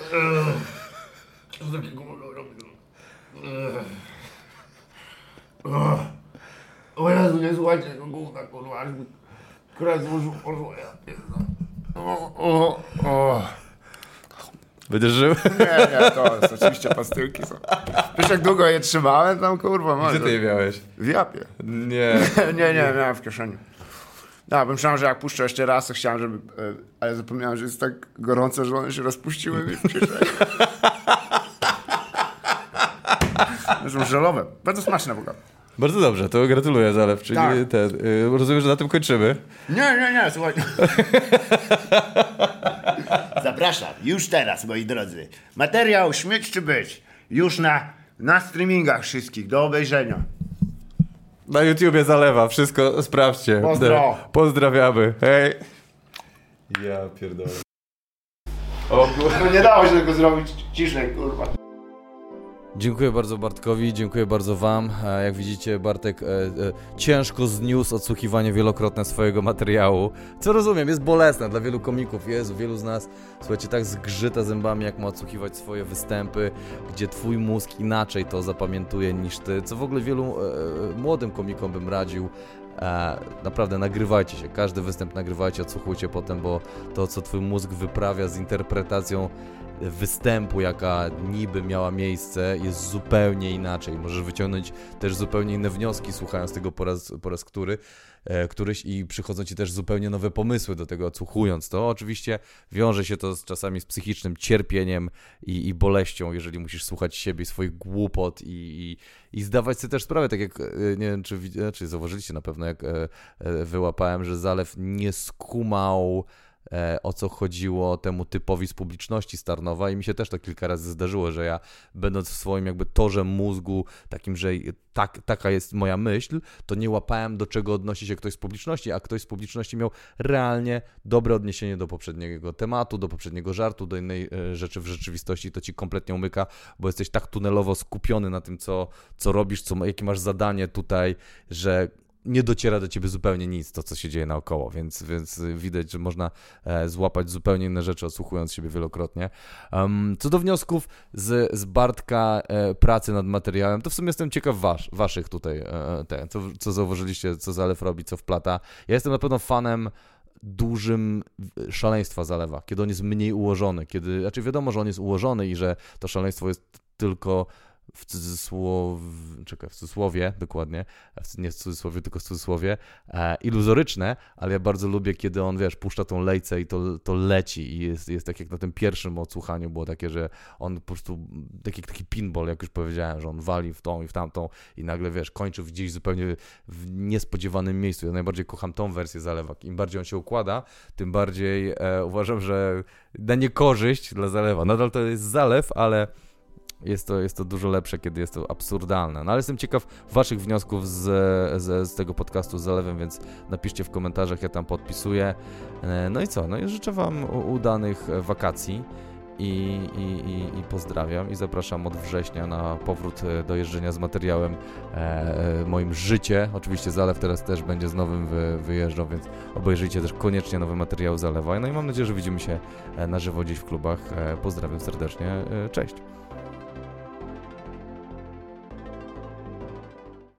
O Jezu, nie słuchajcie tego gówna, kurwa, aż mi krew z uszu poszło, ja pierdolę. O, o, o. Będziesz żył? Nie, nie, to jest oczywiście pastylki są. Wiesz jak długo je trzymałem tam, kurwa, może. Gdzie ty je miałeś? W japie. Nie. nie, nie, miałem w kieszeni. No, bym myślałem, że jak puszczę jeszcze raz, to chciałem, żeby... Ale zapomniałem, że jest tak gorące, że one się rozpuściły mi w kieszeni. Są żelowe. Bardzo smaczne w ogóle. Bardzo dobrze, to gratuluję, Zalew. Czyli tak. ten, y, rozumiem, że na tym kończymy. Nie, nie, nie, słuchajcie. Zapraszam, już teraz, moi drodzy. Materiał Śmieć czy Być. Już na, na streamingach wszystkich, do obejrzenia. Na YouTubie Zalewa, wszystko sprawdźcie. Pozdro. Pozdrawiamy. Hej. Ja pierdolę. O kurwa, nie dało się tego zrobić ciszej, kurwa. Dziękuję bardzo Bartkowi, dziękuję bardzo wam. E, Jak widzicie, Bartek e, e, ciężko zniósł odsłuchiwanie wielokrotne swojego materiału, co rozumiem, jest bolesne dla wielu komików, jest wielu z nas, słuchajcie, tak zgrzyta zębami, jak ma odsłuchiwać swoje występy, gdzie twój mózg inaczej to zapamiętuje niż ty, co w ogóle wielu e, młodym komikom bym radził. E, naprawdę nagrywajcie się, każdy występ nagrywajcie, odsłuchujcie potem, bo to, co twój mózg wyprawia z interpretacją występu, jaka niby miała miejsce, jest zupełnie inaczej. Możesz wyciągnąć też zupełnie inne wnioski, słuchając tego po raz, po raz który, e, któryś i przychodzą ci też zupełnie nowe pomysły do tego, odsłuchując to. Oczywiście wiąże się to z, czasami z psychicznym cierpieniem i, i boleścią, jeżeli musisz słuchać siebie, swoich głupot i, i, i zdawać sobie też sprawę, tak jak, e, nie wiem, czy, czy zauważyliście na pewno, jak e, e, wyłapałem, że Zalew nie skumał, o co chodziło temu typowi z publiczności z Tarnowa i mi się też to kilka razy zdarzyło, że ja będąc w swoim jakby torze mózgu, takim, że tak, taka jest moja myśl, to nie łapałem, do czego odnosi się ktoś z publiczności, a ktoś z publiczności miał realnie dobre odniesienie do poprzedniego tematu, do poprzedniego żartu, do innej rzeczy w rzeczywistości, to ci kompletnie umyka, bo jesteś tak tunelowo skupiony na tym, co, co robisz, co, jakie masz zadanie tutaj, że nie dociera do ciebie zupełnie nic, to co się dzieje naokoło, więc, więc widać, że można e, złapać zupełnie inne rzeczy, odsłuchując siebie wielokrotnie. Um, co do wniosków z, z Bartka e, pracy nad materiałem, to w sumie jestem ciekaw wasz, waszych tutaj, e, te, co, co zauważyliście, co Zalew robi, co wplata. Ja jestem na pewno fanem dużym szaleństwa Zalewa, kiedy on jest mniej ułożony, kiedy, znaczy wiadomo, że on jest ułożony i że to szaleństwo jest tylko w cudzysłowie, czekaj, w cudzysłowie, dokładnie, nie w cudzysłowie, tylko w cudzysłowie, e, iluzoryczne, ale ja bardzo lubię, kiedy on, wiesz, puszcza tą lejcę i to, to leci i jest, jest tak jak na tym pierwszym odsłuchaniu było takie, że on po prostu, taki, taki pinball, jak już powiedziałem, że on wali w tą i w tamtą i nagle, wiesz, kończy gdzieś zupełnie w niespodziewanym miejscu. Ja najbardziej kocham tą wersję Zalewa. Im bardziej on się układa, tym bardziej e, uważam, że na niekorzyść dla Zalewa. Nadal to jest Zalew, ale Jest to, jest to dużo lepsze, kiedy jest to absurdalne. No ale jestem ciekaw waszych wniosków z, z, z tego podcastu z Zalewem, więc napiszcie w komentarzach, ja tam podpisuję. No i co? No i życzę wam udanych wakacji i, i, i, i pozdrawiam i zapraszam od września na powrót do jeżdżenia z materiałem e, moim życie. Oczywiście Zalew teraz też będzie z nowym wy, wyjeżdżał, więc obejrzyjcie też koniecznie nowy materiał Zalewa. No i mam nadzieję, że widzimy się na żywo gdzieś w klubach. E, pozdrawiam serdecznie. E, cześć!